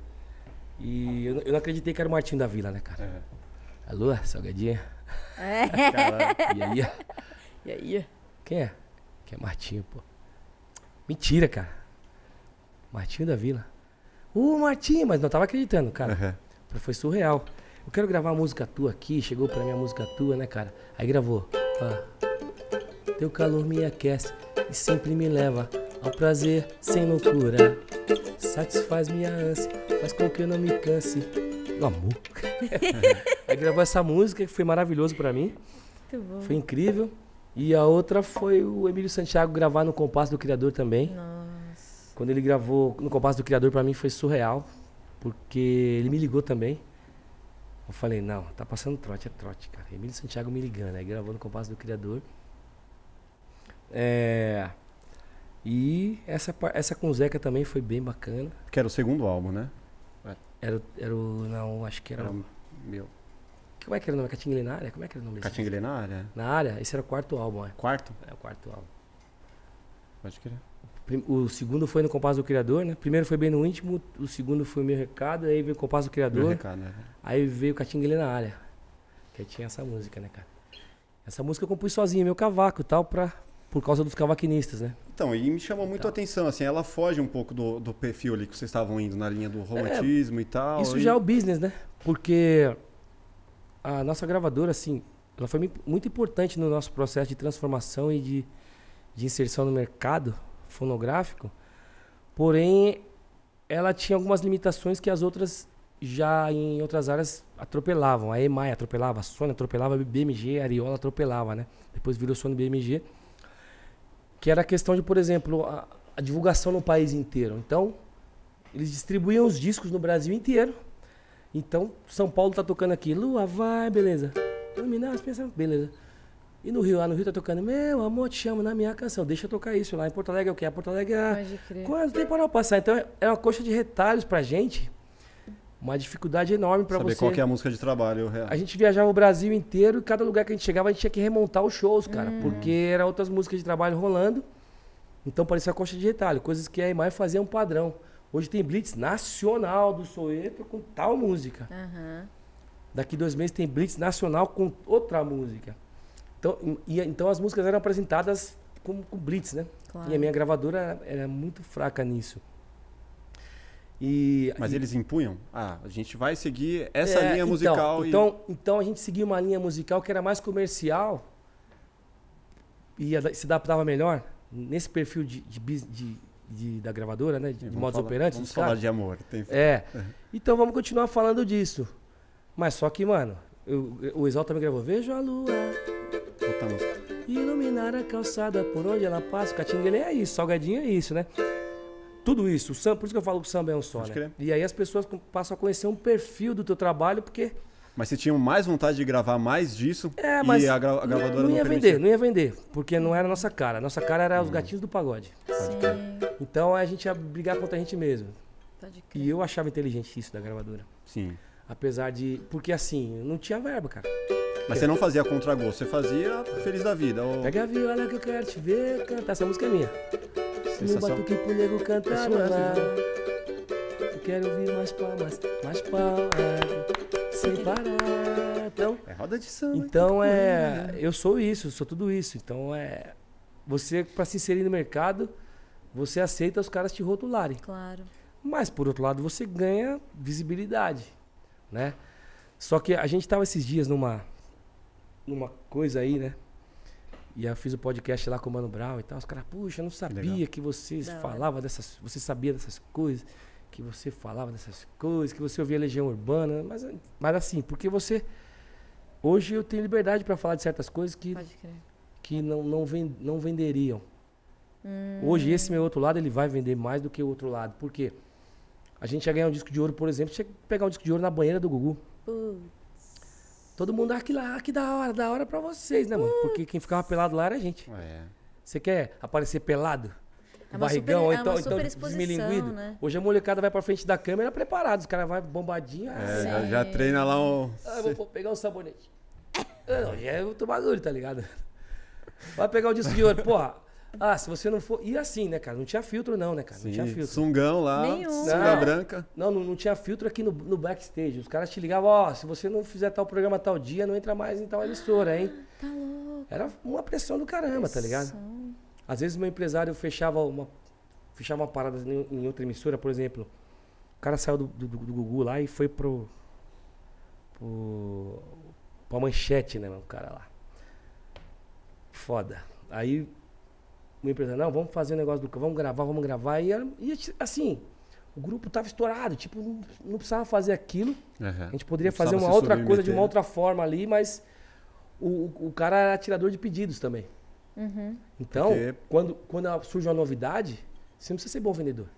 E eu não acreditei que era o Martinho da Vila, né, cara? Alô, Salgadinha? É. E aí? E aí? Quem é? Que é Martinho, pô. Mentira, cara. Martinho da Vila. Martinho, mas não tava acreditando, cara. Uhum. Foi surreal. Eu quero gravar uma música tua aqui, chegou pra mim a música tua, né, cara? Aí gravou. Teu calor me aquece e sempre me leva ao prazer sem loucura. Satisfaz minha ânsia, faz com que eu não me canse do amor. Aí gravou essa música que foi maravilhoso pra mim, Muito bom. foi incrível. E a outra foi o Emílio Santiago gravar no Compasso do Criador também. Nossa. Quando ele gravou no Compasso do Criador, pra mim foi surreal, porque ele me ligou também. Eu falei, não, tá passando trote, é trote, cara. Emílio Santiago me ligando, aí gravou no Compasso do Criador. E essa com o Zeca também foi bem bacana. Que era o segundo álbum, né? Não, acho que era... Era o meu. Como é que era o nome? Catinguele na área? Como é que era o nome desse? Catinguele na área? Na área? Esse era o quarto álbum, é. Quarto? É o quarto álbum. Pode crer. O segundo foi no Compasso do Criador, né? Primeiro foi Bem no Íntimo, o segundo foi o Meu Recado, aí veio o Compasso do Meu Criador, recado, né? aí veio o Catinguele na área. Que aí tinha essa música, né, cara? Essa música eu compus sozinho, meu cavaco e tal, por causa dos cavaquinistas, né? Então, e me chamou muito a atenção, assim, ela foge um pouco do perfil ali que vocês estavam indo na linha do romantismo e tal. Isso e... já é o business, né? Porque a nossa gravadora, assim, ela foi muito importante no nosso processo de transformação e de inserção no mercado fonográfico, porém, ela tinha algumas limitações que as outras já em outras áreas atropelavam. A EMAI atropelava, a Sony atropelava, a BMG, a Ariola atropelava, né? Depois virou Sony BMG. Que era a questão de, por exemplo, a divulgação no país inteiro. Então, eles distribuíam os discos no Brasil inteiro. Então, São Paulo tá tocando aqui, Lua vai, beleza. Iluminar as pensamentos, beleza. E no Rio, lá no Rio tá tocando, meu amor, te chamo na minha canção, deixa eu tocar isso. Lá em Porto Alegre é o quê? A Porto Alegre é... Pode crer. Quanto tempo para passar? Então, é uma coxa de retalhos pra gente. Uma dificuldade enorme pra Saber você. qual que é a música de trabalho real. A gente viajava o Brasil inteiro e cada lugar que a gente chegava a gente tinha que remontar os shows, cara. Porque eram outras músicas de trabalho rolando. Então parecia uma coxa de retalho. Coisas que a EMAI fazia um padrão. Hoje tem blitz nacional do Soweto com tal música. Aham. Daqui 2 meses tem blitz nacional com outra música. Então as músicas eram apresentadas com blitz, né? Claro. E a minha gravadora era muito fraca nisso. Mas eles impunham? A gente vai seguir essa linha musical Então a gente seguia uma linha musical que era mais comercial e se adaptava melhor nesse perfil da gravadora, né? De modos operantes. Vamos falar de amor. Então vamos continuar falando disso. Mas só que, mano, o Exalta também gravou Vejo a Lua. Outra música. iluminar a calçada por onde ela passa. O Catinguele é isso, salgadinho é isso, né? Tudo isso, o samba, por isso que eu falo que o samba é um só, Pode né? crer. E aí as pessoas passam a conhecer um perfil do teu trabalho, porque Mas você tinha mais vontade de gravar mais disso mas e a gravadora não ia permitia? vender, não ia vender, porque não era a nossa cara. A nossa cara era os gatinhos do pagode. Sim, Então a gente ia brigar contra a gente mesmo. pode crer. E eu achava inteligente isso da gravadora. Sim. Apesar de... Porque assim, não tinha verba, cara. Mas você não fazia contragosto, você fazia feliz da vida. Ou... Pega a viola que eu quero te ver cantar. Essa música é minha. No Sensação. batuque pro nego cantar É no sua, ar. essa, Eu quero ouvir mais palmas, sem parar. É roda de samba. Então eu sou isso, sou tudo isso. Então você, pra se inserir no mercado, você aceita os caras te rotularem. Claro. Mas, por outro lado, você ganha visibilidade, né? Só que a gente tava esses dias numa coisa aí, né? E eu fiz o podcast lá com o Mano Brown e tal. Os caras, puxa, eu não sabia Legal. que você Da hora. falava dessas... Você sabia dessas coisas, que você falava dessas coisas, que você ouvia Legião Urbana. Mas assim, porque você... Hoje eu tenho liberdade pra falar de certas coisas que Pode crer. não venderiam. Hoje, esse meu outro lado, ele vai vender mais do que o outro lado. Por quê? A gente ia ganhar um disco de ouro, por exemplo, tinha que pegar um disco de ouro na banheira do Gugu. Todo mundo, que da hora pra vocês, né, mano? Porque quem ficava pelado lá era a gente. É. Você quer aparecer pelado? É uma Barrigão, super- ou é então, uma então super exposição, desmilinguido. né? Hoje a molecada vai pra frente da câmera preparada, os caras vão bombadinho. É, Sim. já treina lá um... Eu vou pegar um sabonete. Não, já é outro bagulho, tá ligado? Vai pegar o disco de ouro, porra. Se você não for... E assim, né, cara? Não tinha filtro não, né, cara? Não tinha filtro. Sungão lá, Nenhum. sunga Não. branca. Não tinha filtro aqui no backstage. Os caras te ligavam, se você não fizer tal programa tal dia, não entra mais em tal emissora, hein? Tá louco. Era uma pressão do caramba, tá ligado? Pressão. Às vezes meu empresário fechava uma parada em outra emissora, por exemplo. O cara saiu do Gugu lá e foi pra Manchete, né, mano, o cara lá. Foda. Aí o empresário, não, vamos fazer um negócio vamos gravar. E assim, o grupo tava estourado, tipo, não precisava fazer aquilo. Uhum. A gente poderia Não fazer precisava uma se outra coisa de submeter. uma outra forma ali, mas o cara era atirador de pedidos também. Uhum. Então, Porque- quando surge uma novidade, você não precisa ser bom vendedor.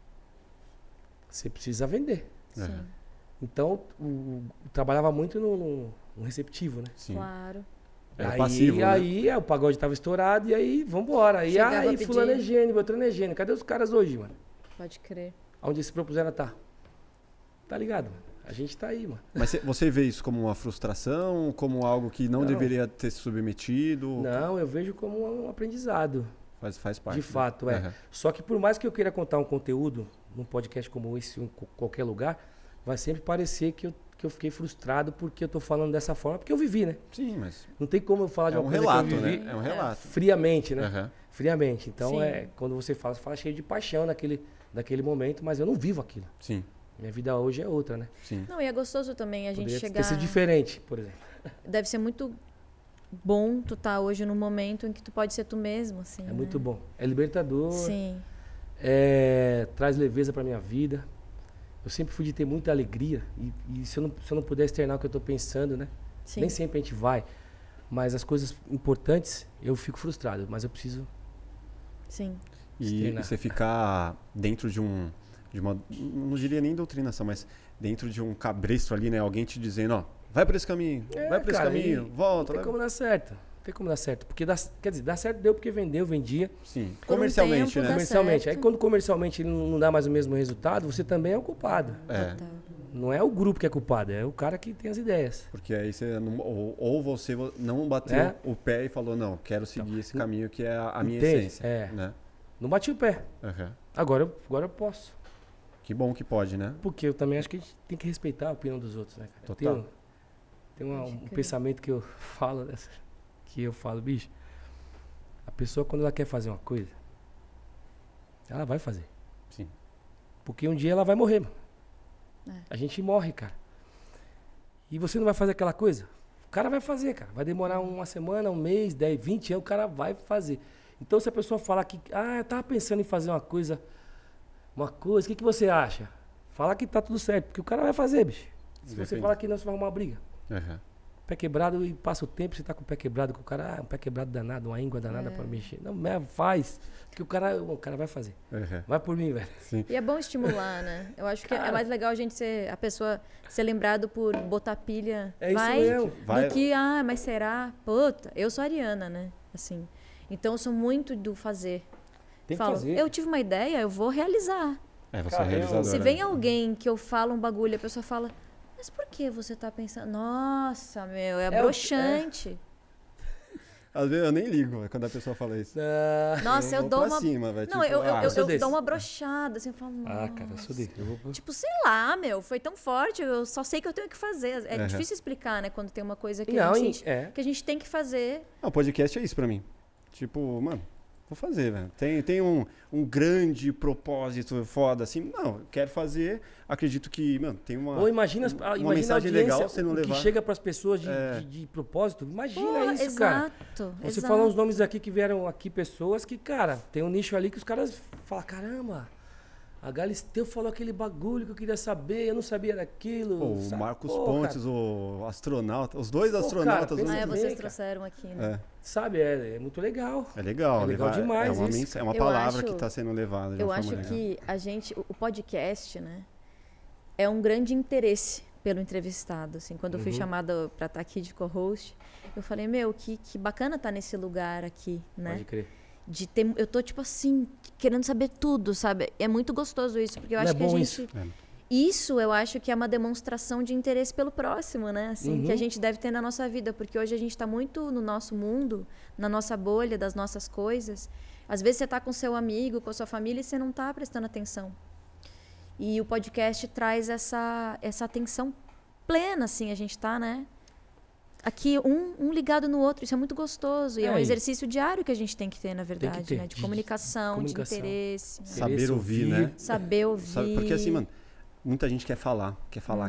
Você precisa vender. Sim, Então, trabalhava muito no receptivo, né? Sim. claro. Era passivo, né? Aí o pagode tava estourado e aí, vambora. Aí, Chegava a fulano é pedir. gênio, Beltrano é gênio. Cadê os caras hoje, mano? Pode crer. Onde eles se propuseram a estar? Tá ligado, mano? A gente tá aí, mano. Mas você vê isso como uma frustração, como algo que não Não. deveria ter se submetido? Não, eu vejo como um aprendizado. Faz parte. De fato, é. Uhum. Só que por mais que eu queira contar um conteúdo num podcast como esse ou em qualquer lugar, vai sempre parecer que eu fiquei frustrado porque eu tô falando dessa forma, porque eu vivi, né? Sim, mas Não tem como eu falar de é uma um coisa relato, que eu vivi né? É um relato. friamente, né? Uhum. Friamente. Então, Sim. quando você fala cheio de paixão daquele momento, mas eu não vivo aquilo. Sim, Minha vida hoje é outra, né? sim. Não, e é gostoso também a gente Poderia chegar... ter sido diferente, por exemplo. Deve ser muito bom tu estar hoje num momento em que tu pode ser tu mesmo, assim, É né? muito bom. É libertador, Sim, traz leveza pra minha vida. Eu sempre fui de ter muita alegria. E se eu não puder externar o que eu tô pensando, né? sim. Nem sempre a gente vai. Mas as coisas importantes, eu fico frustrado. Mas eu preciso... Sim. E Externar. você ficar dentro de uma, não diria nem doutrinação, mas dentro de um cabresto ali, né? Alguém te dizendo, ó, vai por esse caminho, vai por esse cara, caminho, e volta. Não tem como dar certo. Não tem como dar certo. Porque quer dizer, dá certo deu porque vendeu, vendia. Sim, Por um comercialmente, tempo né? dá Comercialmente. certo. Aí quando comercialmente ele não dá mais o mesmo resultado, você também é o culpado. É, Total. Não é o grupo que é culpado, é o cara que tem as ideias. porque aí você não, ou você não bateu É. o pé e falou, não, quero seguir esse caminho que é a minha Entende? essência. É. Né? Não bati o pé. Uhum. Agora eu posso. Que bom que pode, né? Porque eu também acho que a gente tem que respeitar a opinião dos outros, né, cara? Total. Tem Pode um crer. pensamento que eu falo, bicho. A pessoa, quando ela quer fazer uma coisa, ela vai fazer. Sim. Porque um dia ela vai morrer, mano. É. A gente morre, cara. E você não vai fazer aquela coisa? O cara vai fazer, cara. Vai demorar uma semana, um mês, 10, 20 anos, o cara vai fazer. Então, se a pessoa falar que, eu tava pensando em fazer uma coisa, o que você acha? Fala que tá tudo certo, porque o cara vai fazer, bicho. Se você Depende. falar que não, você vai arrumar uma briga. Uhum. Pé quebrado e passa o tempo, você tá com o pé quebrado, com o cara, um pé quebrado danado, uma íngua danada pra mexer. Não, faz. Que o cara vai fazer. Vai por mim, velho. Sim. E é bom estimular, né? Eu acho que é mais legal a pessoa ser lembrado por botar pilha. Isso mesmo. Do que, mas será? Puta, eu sou ariana, né? Assim. Então eu sou muito do fazer. Tem que fazer. Eu tive uma ideia, eu vou realizar. Você é realizadora. Se vem alguém que eu falo um bagulho, a pessoa fala, mas por que você tá pensando? Nossa, meu, é broxante. Às vezes eu nem ligo quando a pessoa fala isso. Nossa, eu dou uma... cima, véio, não, tipo, eu dou uma broxada, assim, eu falo, nossa. Cara, eu sou desse. Tipo, sei lá, meu, foi tão forte, eu só sei que eu tenho que fazer. É difícil explicar, né, quando tem uma coisa que, que a gente tem que fazer. O podcast é isso pra mim. Tipo, mano, vou fazer, velho. Tem um grande propósito foda, assim. Não, eu quero fazer. Acredito que, mano, tem uma, imagina mensagem legal você não levar. Que chega pras pessoas de propósito. Imagina isso, cara. Você Exato. fala uns nomes aqui que vieram aqui, pessoas que, cara, tem um nicho ali que os caras falam, caramba, a Galisteu falou aquele bagulho que eu queria saber, eu não sabia daquilo. O Marcos Pontes, cara. O astronauta, os dois astronautas. Cara, vocês trouxeram aqui, né? Sabe, é muito legal. É legal. É legal demais é uma palavra que está sendo levada. Eu acho que o podcast, né, é um grande interesse pelo entrevistado. Assim, quando eu fui chamada para estar aqui de co-host, eu falei, meu, que bacana estar nesse lugar aqui, né? Pode crer. Eu tô, tipo assim, querendo saber tudo, sabe? É muito gostoso isso, porque eu acho que a gente... Isso eu acho que é uma demonstração de interesse pelo próximo, né? Assim, que a gente deve ter na nossa vida, porque hoje a gente está muito no nosso mundo, na nossa bolha, das nossas coisas. Às vezes você está com seu amigo, com a sua família e você não está prestando atenção. E o podcast traz essa atenção plena, assim, a gente está, né? Aqui, um ligado no outro, isso é muito gostoso. E é um exercício diário que a gente tem que ter, na verdade, né? De comunicação, de interesse. Saber ouvir, né? Saber ouvir. Porque assim, mano, muita gente quer falar.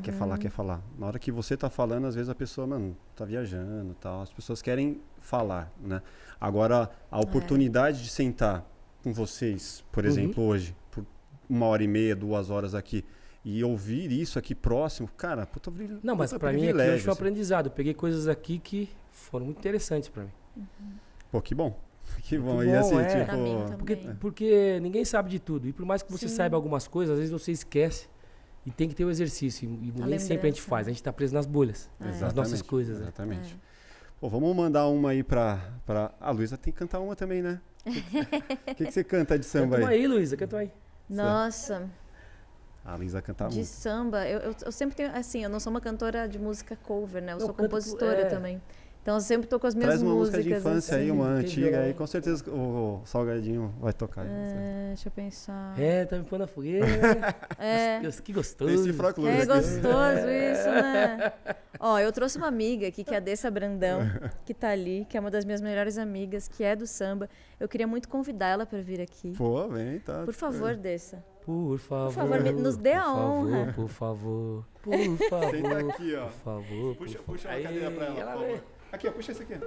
Na hora que você tá falando, às vezes a pessoa, mano, tá viajando e tal. As pessoas querem falar, né? Agora, a oportunidade de sentar com vocês, por exemplo, hoje, por 1h30, 2 horas aqui, e ouvir isso aqui próximo, cara, puta privilégio. Não, mas pra mim aqui hoje foi um aprendizado. Eu peguei coisas aqui que foram muito interessantes pra mim. Pô, que bom. Que bom. Muito e assim, bom, Pra mim também. porque ninguém sabe de tudo. E por mais que você saiba algumas coisas, às vezes você esquece. E tem que ter o exercício. E nem sempre a gente faz. A gente tá preso nas bolhas. Nas nossas coisas. Exatamente. Pô, vamos mandar uma aí pra... A Luísa tem que cantar uma também, né? O que você canta de samba aí? Canta aí, Luísa. Canta aí. Nossa... A Luísa canta muito. De samba, eu sempre tenho, assim, eu não sou uma cantora de música cover, né? Eu sou compositora também. Então eu sempre tô com as minhas músicas. Traz uma música de infância assim. aí, uma antiga aí, com certeza o Salgadinho vai tocar. Deixa eu pensar. Tá me pondo na fogueira. Que gostoso. É gostoso isso, né? Ó, eu trouxe uma amiga aqui, que é a Dessa Brandão, que tá ali, que é uma das minhas melhores amigas, que é do samba. Eu queria muito convidar ela pra vir aqui. Pô, vem, tá. Por favor, Dessa. Por favor, nos dê a honra. Por favor. Senta aqui, ó. Por favor. Puxa a cadeira pra ela, por favor. Aqui, ó, puxa esse aqui.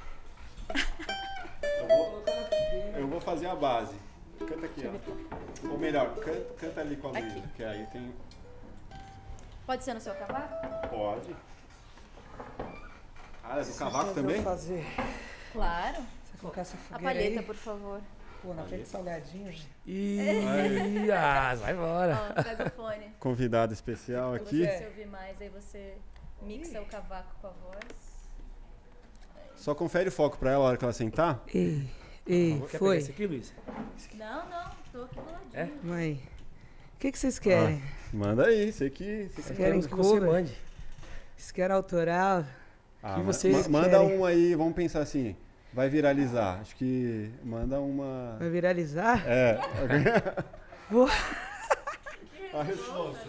Eu vou fazer a base. Canta aqui, ó. Ou melhor, canta ali com a Luísa, que aí tem... Pode ser no seu cavaco? Pode. É do cavaco também? Fazer. Claro. Você colocar essa fogueira A palheta, aí. por favor. Pô, na frente do salgadinho, gente. Vai embora. Ó, pega o fone. Convidado especial aqui. Se você ouvir mais, aí você mixa o cavaco com a voz. Só confere o foco pra ela na hora que ela sentar. Ei, Quer foi. pegar esse aqui, Luiz? Não, tô aqui do ladinho. Mãe, o que vocês querem? Manda aí, você que... Querem que você cover? mande. Vocês querem autoral? Que vocês manda querem? uma aí, vamos pensar assim. Vai viralizar. Acho que manda uma... Vai viralizar? É. Vou. A resposta.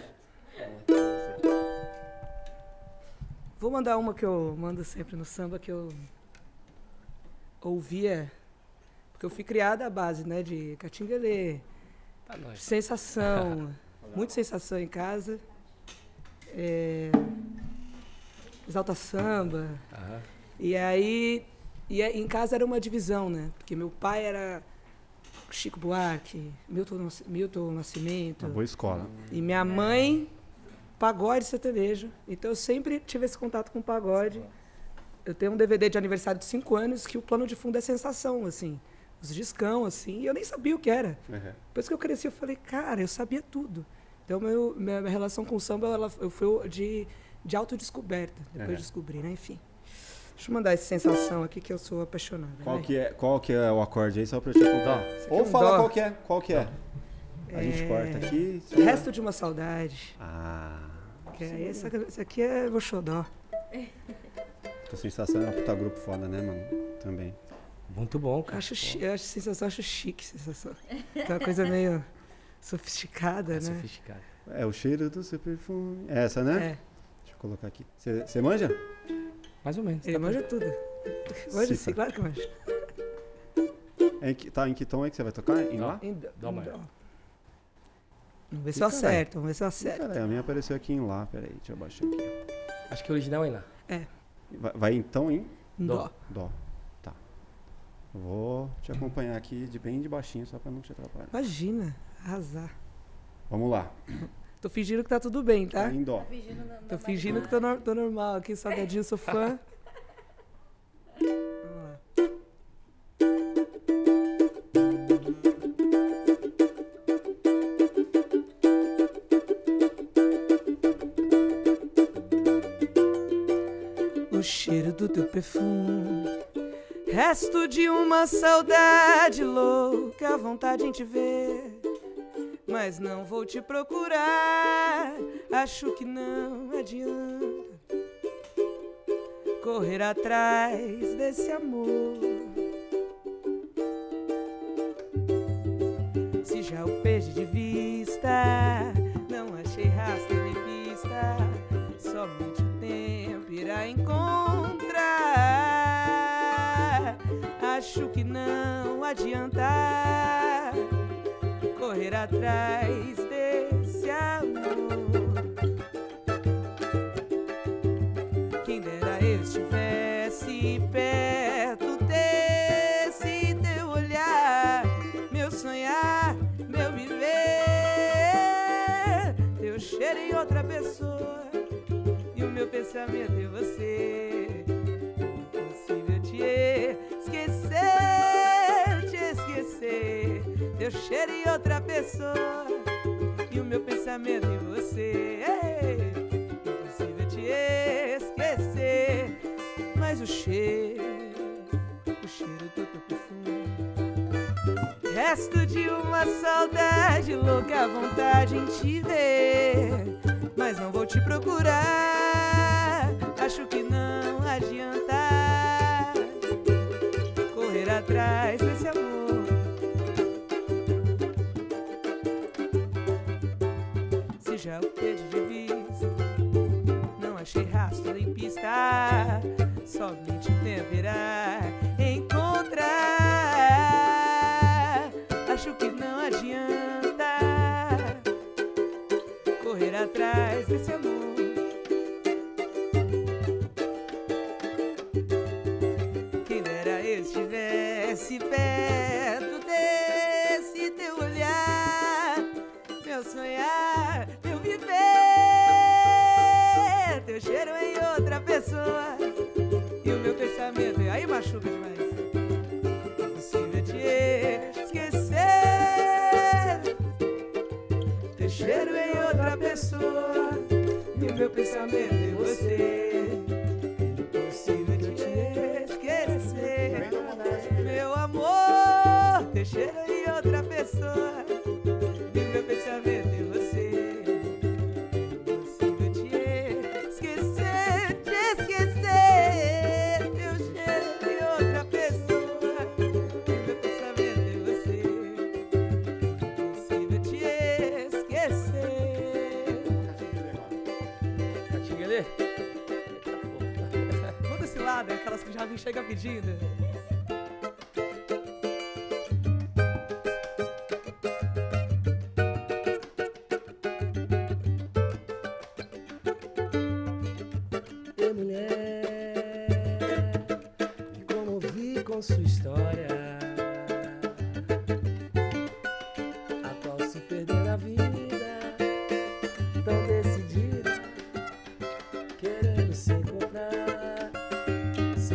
Vou mandar uma que eu mando sempre no samba, que eu ouvia, porque eu fui criada à base, né, de catinguelê, sensação, muita sensação em casa, exalta samba, e aí em casa era uma divisão, né, porque meu pai era Chico Buarque, Milton Nascimento, Uma boa escola. e minha mãe... pagode sertanejo. Então eu sempre tive esse contato com o pagode. eu tenho um DVD de aniversário de 5 anos que o plano de fundo é sensação, assim. Os discão, assim, e eu nem sabia o que era. Depois que eu cresci, eu falei, cara, eu sabia tudo. Então, minha relação com o samba, eu fui de autodescoberta. Depois de descobrir, né? Enfim. Deixa eu mandar essa sensação aqui que eu sou apaixonada. Qual que é o acorde aí, só pra eu te apontar? Ou fala qual que é. A gente corta aqui. Resto de uma saudade. Esse aqui é Voxodó. A sensação é um puta grupo foda, né, mano? Também. Muito bom, cara. Eu acho sensação, acho chique, sensação. É uma coisa meio sofisticada, né? Sofisticada. É o cheiro do seu perfume. É essa, né? É. Deixa eu colocar aqui. Você manja? Mais ou menos. Ele manja tudo. Manja sim, claro que manja. Em que tom é que você vai tocar? Em Lá? Em Dó maior. Vamos ver se eu acerto, Caralho, a minha apareceu aqui em Lá. Peraí, deixa eu abaixar aqui. Acho que o original é em Lá. Vai então em Dó. Dó. Tá. Eu vou te acompanhar aqui bem de baixinho, só pra não te atrapalhar. Imagina, arrasar. Vamos lá. Tô fingindo que tá tudo bem, tá? Tá em Dó. Tô fingindo que tô normal aqui, salgadinho, sou fã. Vamos lá. O cheiro do teu perfume, resto de uma saudade louca, a vontade em te ver. Mas não vou te procurar, acho que não adianta correr atrás desse amor. Se já o perdi de vista, não achei rastro nem pista, somente o tempo irá encontrar. Acho que não adianta correr atrás desse amor. Quem dera eu estivesse perto desse teu olhar, meu sonhar, meu viver, teu cheiro em outra pessoa e o meu pensamento em você. Impossível te esquecer, teu cheiro em outra pessoa e o meu pensamento em você. Impossível te esquecer, mas o cheiro do teu perfume, resto de uma saudade louca, a vontade em te ver. Mas não vou te procurar, acho que não adianta correr atrás desse amor. Já o perdi de vista, não achei rastro nem pista, somente o tempo irá encontrar. Acho que não adianta correr atrás desse amor. Quem dera eu estivesse perto desse teu olhar, meu sonhar, teu cheiro em outra pessoa e o meu pensamento. Aí machuca demais. Impossível te esquecer, teu cheiro em outra pessoa e o meu pensamento em você. Impossível de te esquecer, meu amor, teu cheiro em outra pessoa e o meu pensamento em você. Aquelas que já vem chega pedindo. Ei, mulher, me comovi com sua história, a qual se perdeu na vida, tão decidida, querendo se encontrar.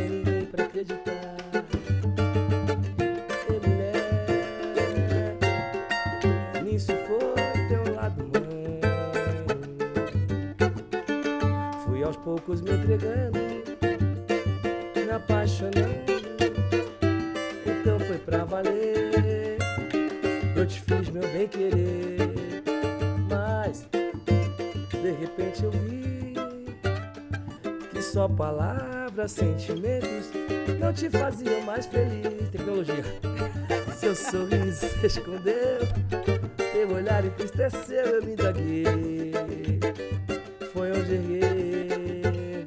poucos me entregando, me apaixonando. Então foi pra valer, eu te fiz meu bem querer, mas de repente eu vi que só palavras, sentimentos não te faziam mais feliz. Tecnologia. Seu sorriso se escondeu, teu olhar entristeceu, eu me indaguei, foi onde errei.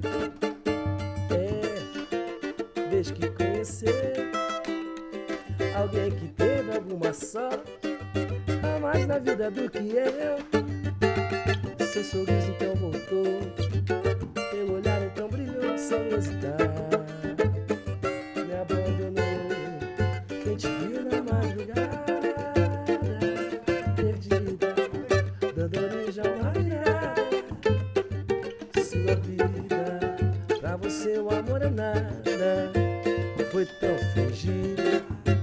Desde que conhecer alguém que teve alguma sorte a mais na vida do que eu. Seu sorriso então voltou, teu olhar então brilhou sem hesitar. Me abandonou, quem te viu na madrugada, perdida, dando origem a uma mirada. Sua vida, pra você o amor é nada, foi tão fingida,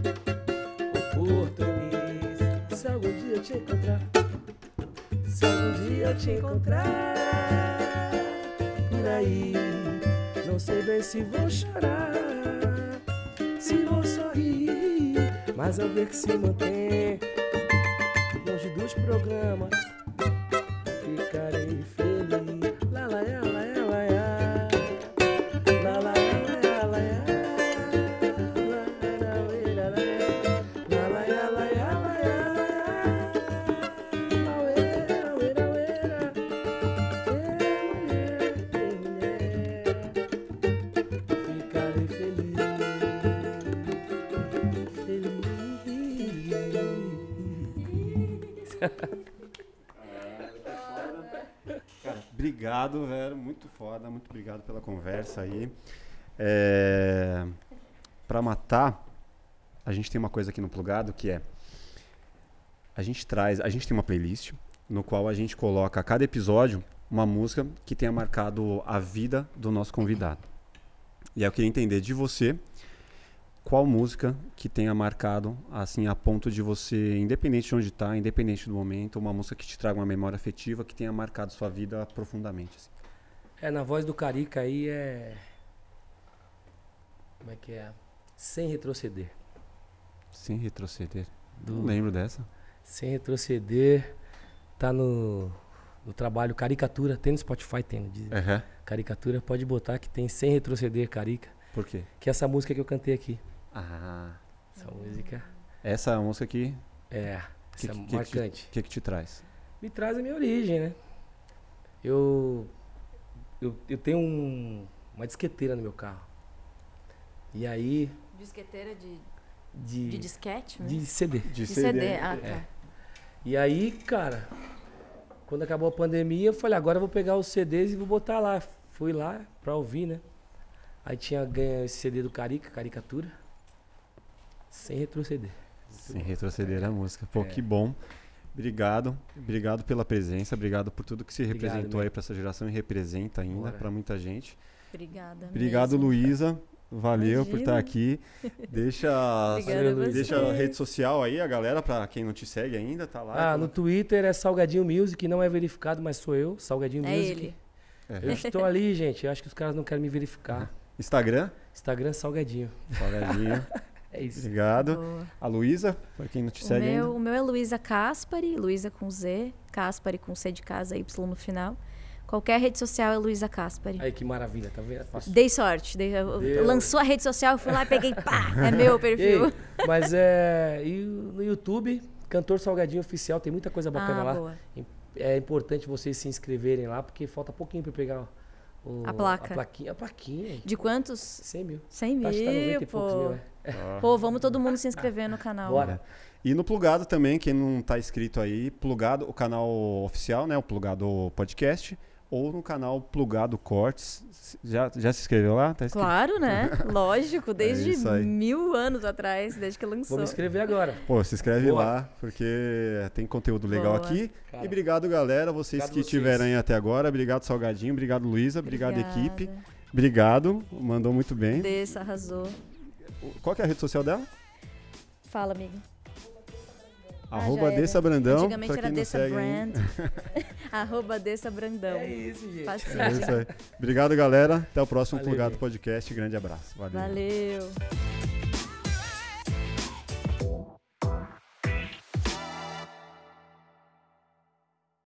oportunista. Se algum dia eu te encontrar, se algum dia eu te encontrar por aí, não sei bem se vou chorar, se vou sorrir, mas ao ver que se mantém longe dos programas, ficarei feliz. Lá, lá, lá, lá, lá, lá, lá, lá, lá, lá, ficarei feliz, Cara, obrigado, velho. Muito foda. Muito obrigado pela conversa aí. Pra matar, a gente tem uma coisa aqui no Plugado que é... A gente tem uma playlist no qual a gente coloca a cada episódio uma música que tenha marcado a vida do nosso convidado. E aí eu queria entender de você qual música que tenha marcado, assim, a ponto de você, independente de onde está, independente do momento, uma música que te traga uma memória afetiva, que tenha marcado sua vida profundamente. Assim. Na voz do Carica aí é... Como é que é? Sem Retroceder. Sem Retroceder. Do... Não lembro dessa. Sem Retroceder. Tá no trabalho Caricatura. Tem no Spotify, tem. Caricatura, pode botar que tem Sem Retroceder, Carica. Por quê? Que é essa música que eu cantei aqui. Ah. Essa música. Essa música aqui... Essa é marcante. O que te traz? Me traz a minha origem, né? Eu tenho uma disqueteira no meu carro. E aí... Disqueteira de disquete? De CD. De CD, ah, tá. E aí, cara, quando acabou a pandemia, eu falei, agora eu vou pegar os CDs e vou botar lá. Fui lá pra ouvir, né? Aí tinha ganho esse CD do Carica, Caricatura. Sem Retroceder. Sem Retroceder a música. Pô, que bom. Obrigado. Obrigado pela presença. Obrigado por tudo que você representou aí pra essa geração e representa ainda pra muita gente. Obrigada. Obrigado, Luísa. Valeu por estar aqui. Deixa a rede social aí, a galera, pra quem não te segue ainda, tá lá. No Twitter é Salgadinho Music, não é verificado, mas sou eu, Salgadinho Music. Ele. Eu estou ali, gente. Eu acho que os caras não querem me verificar. Instagram? Instagram Salgadinho. Salgadinho. É isso. Obrigado. Boa. A Luísa, pra quem não te segue ainda. O meu é Luísa Caspari, Luísa com Z, Caspari com C de casa, Y no final. Qualquer rede social é Luísa Caspari. Aí, que maravilha, tá vendo? Dei sorte. Lançou a rede social, eu fui lá e peguei, pá, é meu perfil. Ei, mas e no YouTube, Cantor Salgadinho Oficial, tem muita coisa bacana lá. Boa. É importante vocês se inscreverem lá, porque falta pouquinho pra pegar a placa. A plaquinha. De quantos? 100 mil. 100 mil, Acho que tá 90 e poucos mil, Pô, vamos todo mundo se inscrever no canal. Bora. E no Plugado também, quem não tá inscrito aí, Plugado, o canal oficial, né? O Plugado Podcast. Ou no canal Plugado Cortes. Já se inscreveu lá? Tá claro, né? Lógico, desde 1000 anos atrás, desde que lançou. Vou me inscrever agora. Pô, se inscreve lá, porque tem conteúdo legal aqui. Cara. E obrigado, galera, vocês que estiveram aí até agora. Obrigado, Salgadinho. Obrigado, Luísa. Obrigado, equipe. Obrigado. Mandou muito bem. Dessa, arrasou. Qual que é a rede social dela? Fala, amigo. Arroba Dessa Brandão. Antigamente era Dessa Brand. Arroba Dessa Brandão. É isso, gente. Facinho. É isso aí. Obrigado, galera. Até o próximo Valeu, Plugado gente. Podcast. Grande abraço. Valeu. Valeu.